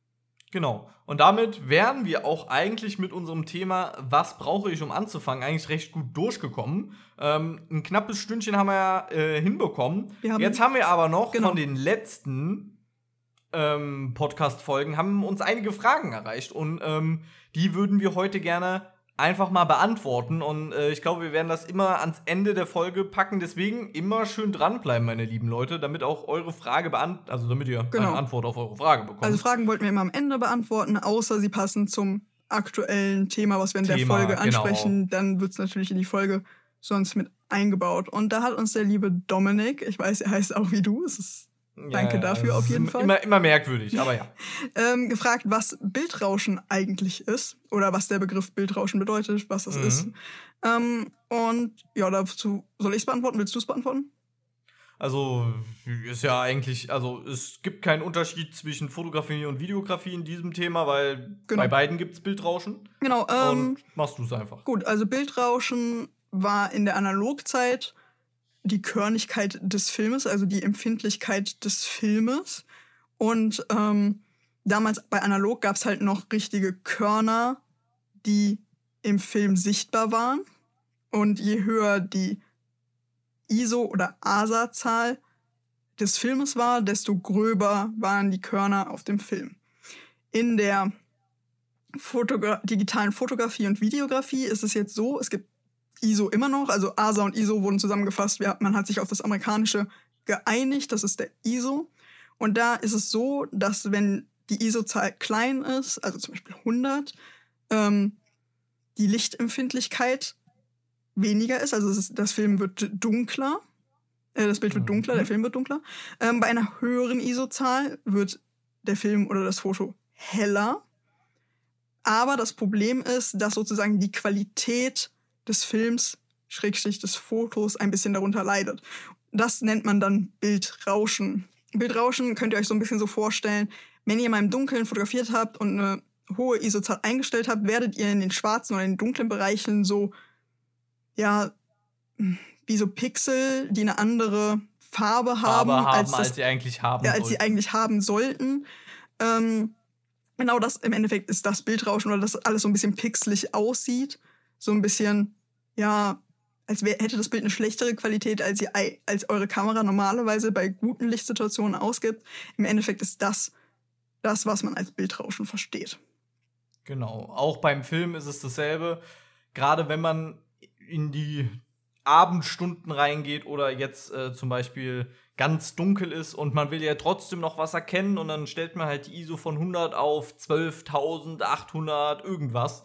Genau. Und damit wären wir auch eigentlich mit unserem Thema, was brauche ich, um anzufangen, eigentlich recht gut durchgekommen. Ähm, ein knappes Stündchen haben wir ja äh, hinbekommen. Wir haben, Jetzt haben wir aber noch genau. von den letzten ähm, Podcast-Folgen haben uns einige Fragen erreicht. Und ähm, die würden wir heute gerne einfach mal beantworten. Und äh, ich glaube, wir werden das immer ans Ende der Folge packen. Deswegen immer schön dranbleiben, meine lieben Leute, damit auch eure Frage beantwortet, also damit ihr genau. eine Antwort auf eure Frage bekommt. Also Fragen wollten wir immer am Ende beantworten, außer sie passen zum aktuellen Thema, was wir in Thema, der Folge ansprechen. Genau. Dann wird es natürlich in die Folge sonst mit eingebaut. Und da hat uns der liebe Dominik, ich weiß, er heißt auch wie du, es ist Danke ja, dafür auf jeden Fall. Immer, immer merkwürdig, aber ja. ähm, gefragt, was Bildrauschen eigentlich ist oder was der Begriff Bildrauschen bedeutet, was das mhm. ist. Ähm, und ja, dazu soll ich es beantworten? Willst du es beantworten? Also ist ja eigentlich, also es gibt keinen Unterschied zwischen Fotografie und Videografie in diesem Thema, weil genau. bei beiden gibt es Bildrauschen. Genau. Ähm, und machst du es einfach. Gut, also Bildrauschen war in der Analogzeit die Körnigkeit des Filmes, also die Empfindlichkeit des Filmes. Und ähm, damals bei Analog gab es halt noch richtige Körner, die im Film sichtbar waren. Und je höher die I S O- oder A S A-Zahl des Filmes war, desto gröber waren die Körner auf dem Film. In der Fotogra- digitalen Fotografie und Videografie ist es jetzt so, es gibt I S O immer noch, also A S A und I S O wurden zusammengefasst. Man hat sich auf das Amerikanische geeinigt, das ist der I S O. Und da ist es so, dass wenn die I S O-Zahl klein ist, also zum Beispiel hundert, ähm, die Lichtempfindlichkeit weniger ist, also es ist, das Film wird dunkler, äh, das Bild wird dunkler, mhm. der Film wird dunkler. Ähm, bei einer höheren I S O-Zahl wird der Film oder das Foto heller. Aber das Problem ist, dass sozusagen die Qualität des Films, Schrägstrich des Fotos, ein bisschen darunter leidet. Das nennt man dann Bildrauschen. Bildrauschen könnt ihr euch so ein bisschen so vorstellen, wenn ihr mal im Dunkeln fotografiert habt und eine hohe I S O-Zahl eingestellt habt, werdet ihr in den schwarzen oder in den dunklen Bereichen so, ja, wie so Pixel, die eine andere Farbe haben, Farbe haben als, das, als sie eigentlich haben ja, als sollten. sie eigentlich haben sollten. Ähm, genau das im Endeffekt ist das Bildrauschen, oder dass alles so ein bisschen pixelig aussieht. So ein bisschen, ja, als wär, hätte das Bild eine schlechtere Qualität, als, ihr, als eure Kamera normalerweise bei guten Lichtsituationen ausgibt. Im Endeffekt ist das das, was man als Bildrauschen versteht. Genau. Auch beim Film ist es dasselbe. Gerade wenn man in die Abendstunden reingeht oder jetzt äh, zum Beispiel ganz dunkel ist und man will ja trotzdem noch was erkennen und dann stellt man halt die I S O von hundert auf zwölftausendachthundert irgendwas.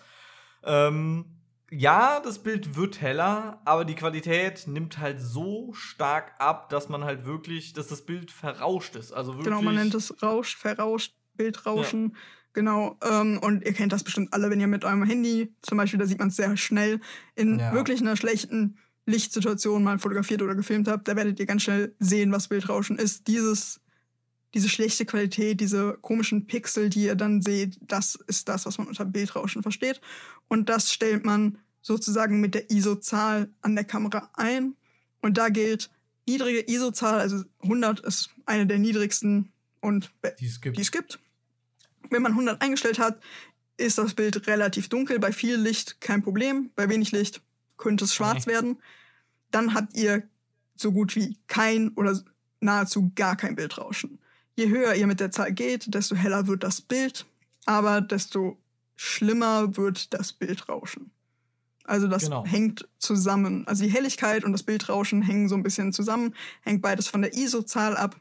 Ähm, ja, das Bild wird heller, aber die Qualität nimmt halt so stark ab, dass man halt wirklich, dass das Bild verrauscht ist. Also wirklich. Genau, man nennt es Rausch, verrauscht, Bildrauschen. Ja. Genau, ähm, und ihr kennt das bestimmt alle, wenn ihr mit eurem Handy, zum Beispiel, da sieht man es sehr schnell, in ja. wirklich einer schlechten Lichtsituation mal fotografiert oder gefilmt habt, da werdet ihr ganz schnell sehen, was Bildrauschen ist. Dieses, diese schlechte Qualität, diese komischen Pixel, die ihr dann seht, das ist das, was man unter Bildrauschen versteht. Und das stellt man sozusagen mit der I S O-Zahl an der Kamera ein. Und da gilt niedrige I S O-Zahl, also hundert ist eine der niedrigsten, und die es gibt. Die es gibt. Wenn man hundert eingestellt hat, ist das Bild relativ dunkel. Bei viel Licht kein Problem. Bei wenig Licht könnte es schwarz okay. werden. Dann habt ihr so gut wie kein oder nahezu gar kein Bildrauschen. Je höher ihr mit der Zahl geht, desto heller wird das Bild, aber desto schlimmer wird das Bildrauschen. Also das genau. hängt zusammen. Also die Helligkeit und das Bildrauschen hängen so ein bisschen zusammen, hängt beides von der I S O-Zahl ab.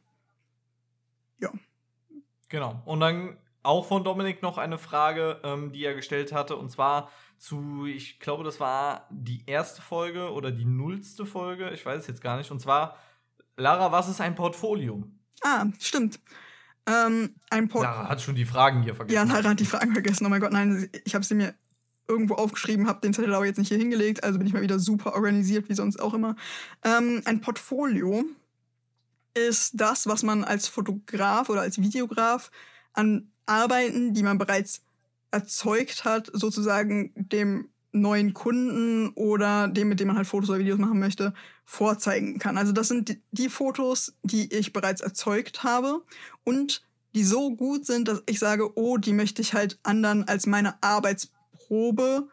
Ja. Genau. Und dann auch von Dominik noch eine Frage, ähm, die er gestellt hatte, und zwar zu, ich glaube, das war die erste Folge oder die nullste Folge, ich weiß es jetzt gar nicht, und zwar, Lara, was ist ein Portfolio? Ah, stimmt. Ähm, ein Port- Lara hat schon die Fragen hier vergessen. Ja, Lara hat die Fragen vergessen, oh mein Gott, nein, ich habe sie mir irgendwo aufgeschrieben, habe den Zettel aber jetzt nicht hier hingelegt, also bin ich mal wieder super organisiert, wie sonst auch immer. Ähm, ein Portfolio ist das, was man als Fotograf oder als Videograf an Arbeiten, die man bereits erzeugt hat, sozusagen dem neuen Kunden oder dem, mit dem man halt Fotos oder Videos machen möchte, vorzeigen kann. Also das sind die, die Fotos, die ich bereits erzeugt habe und die so gut sind, dass ich sage, oh, die möchte ich halt anderen als meine Arbeitsprobe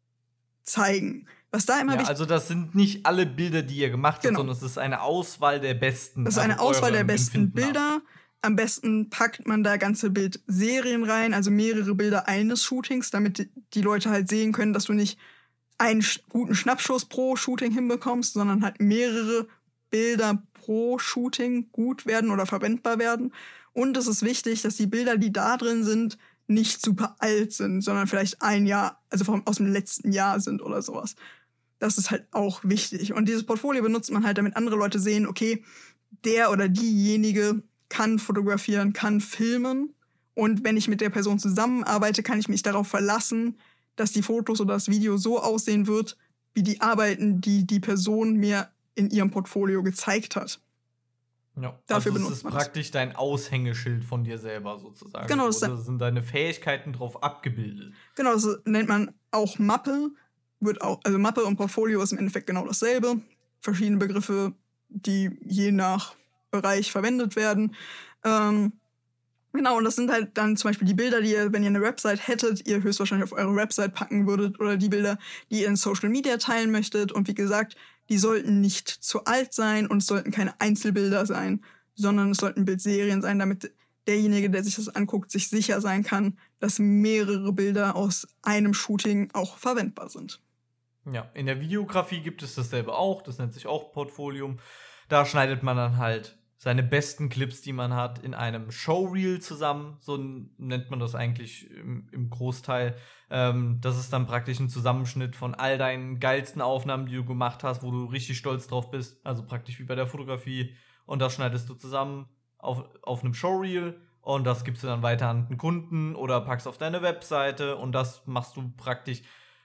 zeigen. Was da immer ja, also das sind nicht alle Bilder, die ihr gemacht genau. habt, sondern es ist eine Auswahl der besten. Das ist eine Auswahl der besten Bilder. Nach. Am besten packt man da ganze Bildserien rein, also mehrere Bilder eines Shootings, damit die Leute halt sehen können, dass du nicht einen guten Schnappschuss pro Shooting hinbekommst, sondern halt mehrere Bilder pro Shooting gut werden oder verwendbar werden. Und es ist wichtig, dass die Bilder, die da drin sind, nicht super alt sind, sondern vielleicht ein Jahr, also vom, aus dem letzten Jahr sind oder sowas. Das ist halt auch wichtig. Und dieses Portfolio benutzt man halt, damit andere Leute sehen, okay, der oder diejenige kann fotografieren, kann filmen. Und wenn ich mit der Person zusammenarbeite, kann ich mich darauf verlassen, dass die Fotos oder das Video so aussehen wird, wie die Arbeiten, die die Person mir in ihrem Portfolio gezeigt hat. Ja, dafür also benutzt es ist praktisch dein Aushängeschild von dir selber sozusagen. Genau, das da sind deine Fähigkeiten drauf abgebildet. Genau, das nennt man auch Mappe. Wird auch, also Mappe und Portfolio ist im Endeffekt genau dasselbe. Verschiedene Begriffe, die je nach Bereich verwendet werden. Ähm, genau, und das sind halt dann zum Beispiel die Bilder, die ihr, wenn ihr eine Website hättet, ihr höchstwahrscheinlich auf eure Website packen würdet, oder die Bilder, die ihr in Social Media teilen möchtet. Und wie gesagt, die sollten nicht zu alt sein und es sollten keine Einzelbilder sein, sondern es sollten Bildserien sein, damit derjenige, der sich das anguckt, sich sicher sein kann, dass mehrere Bilder aus einem Shooting auch verwendbar sind. Ja, in der Videografie gibt es dasselbe auch, das nennt sich auch Portfolio. Da schneidet man dann halt seine besten Clips, die man hat, in einem Showreel zusammen. So nennt man das eigentlich im, im Großteil. Ähm, das ist dann praktisch ein Zusammenschnitt von all deinen geilsten Aufnahmen, die du gemacht hast, wo du richtig stolz drauf bist. Also praktisch wie bei der Fotografie. Und das schneidest du zusammen auf, auf einem Showreel. Und das gibst du dann weiter an den Kunden oder packst auf deine Webseite. Und das machst du praktisch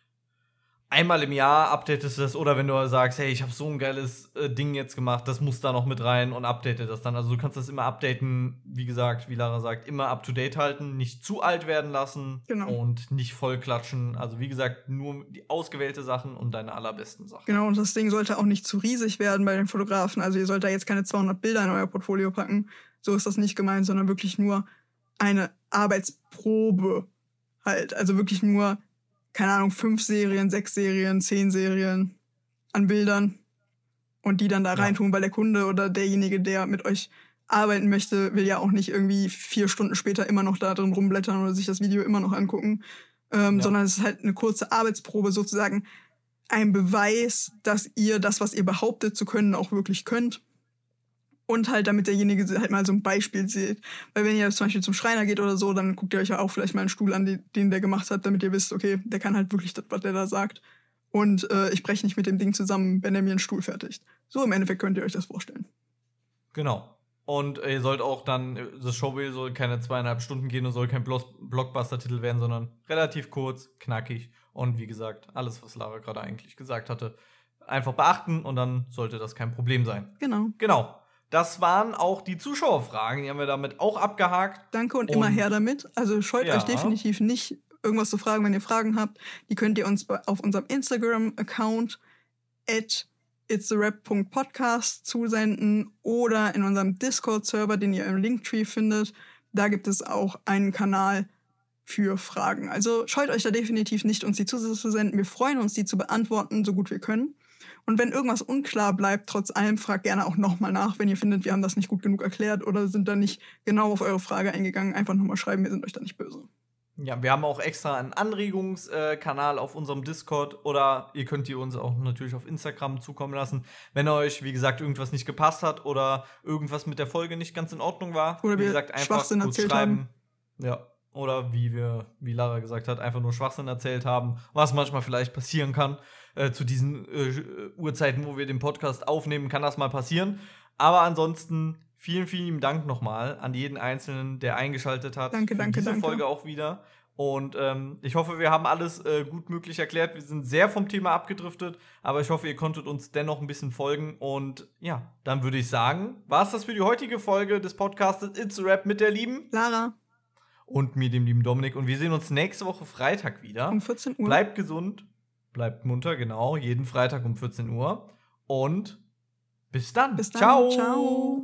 einmal im Jahr, updatest du das, oder wenn du sagst, hey, ich habe so ein geiles äh, Ding jetzt gemacht, das muss da noch mit rein, und update das dann. Also du kannst das immer updaten, wie gesagt, wie Lara sagt, immer up to date halten, nicht zu alt werden lassen genau. und nicht voll klatschen. Also wie gesagt, nur die ausgewählte Sachen und deine allerbesten Sachen. Genau, und das Ding sollte auch nicht zu riesig werden bei den Fotografen. Also ihr sollt da jetzt keine zweihundert Bilder in euer Portfolio packen. So ist das nicht gemeint, sondern wirklich nur eine Arbeitsprobe halt. Also wirklich nur, keine Ahnung, fünf Serien, sechs Serien, zehn Serien. an Bildern und die dann da Ja. reintun, weil der Kunde oder derjenige, der mit euch arbeiten möchte, will ja auch nicht irgendwie vier Stunden später immer noch da drin rumblättern oder sich das Video immer noch angucken, ähm, Ja. sondern es ist halt eine kurze Arbeitsprobe, sozusagen ein Beweis, dass ihr das, was ihr behauptet zu können, auch wirklich könnt. Und halt, damit derjenige halt mal so ein Beispiel sieht. Weil wenn ihr zum Beispiel zum Schreiner geht oder so, dann guckt ihr euch ja auch vielleicht mal einen Stuhl an, den, den der gemacht hat, damit ihr wisst, okay, der kann halt wirklich das, was der da sagt. Und äh, ich breche nicht mit dem Ding zusammen, wenn er mir einen Stuhl fertigt. So im Endeffekt könnt ihr euch das vorstellen. Genau. Und ihr sollt auch dann, das Showreel soll keine zweieinhalb Stunden gehen und soll kein Blos- Blockbuster-Titel werden, sondern relativ kurz, knackig. Und wie gesagt, alles, was Lara gerade eigentlich gesagt hatte, einfach beachten und dann sollte das kein Problem sein. Genau. Genau. Das waren auch die Zuschauerfragen, die haben wir damit auch abgehakt. Danke und, Und- immer her damit. Also scheut Ja. euch definitiv nicht, irgendwas zu fragen, wenn ihr Fragen habt. Die könnt ihr uns bei- auf unserem Instagram-Account at itsarap punkt podcast zusenden oder in unserem Discord-Server, den ihr im Linktree findet. Da gibt es auch einen Kanal für Fragen. Also scheut euch da definitiv nicht, uns die zuzusenden. Wir freuen uns, die zu beantworten, so gut wir können. Und wenn irgendwas unklar bleibt, trotz allem, fragt gerne auch nochmal nach, wenn ihr findet, wir haben das nicht gut genug erklärt oder sind da nicht genau auf eure Frage eingegangen. Einfach nochmal schreiben, wir sind euch da nicht böse. Ja, wir haben auch extra einen Anregungskanal auf unserem Discord oder ihr könnt die uns auch natürlich auf Instagram zukommen lassen, wenn euch, wie gesagt, irgendwas nicht gepasst hat oder irgendwas mit der Folge nicht ganz in Ordnung war. Oder wie wir gesagt, einfach Schwachsinn kurz erzählt schreiben. Ja, oder wie wir, wie Lara gesagt hat, einfach nur Schwachsinn erzählt haben, was manchmal vielleicht passieren kann. Äh, zu diesen äh, Uhrzeiten, wo wir den Podcast aufnehmen, kann das mal passieren. Aber ansonsten vielen, vielen Dank nochmal an jeden Einzelnen, der eingeschaltet hat. Danke, für danke, diese danke. Folge auch wieder. Und ähm, ich hoffe, wir haben alles äh, gut möglich erklärt. Wir sind sehr vom Thema abgedriftet, aber ich hoffe, ihr konntet uns dennoch ein bisschen folgen. Und ja, dann würde ich sagen, war es das für die heutige Folge des Podcastes It's a Rap mit der lieben Lara, und mir, dem lieben Dominik. Und wir sehen uns nächste Woche Freitag wieder. um vierzehn Uhr. Bleibt gesund, bleibt munter, genau. Jeden Freitag um vierzehn Uhr. Und bis dann. Bis dann. Ciao. Ciao.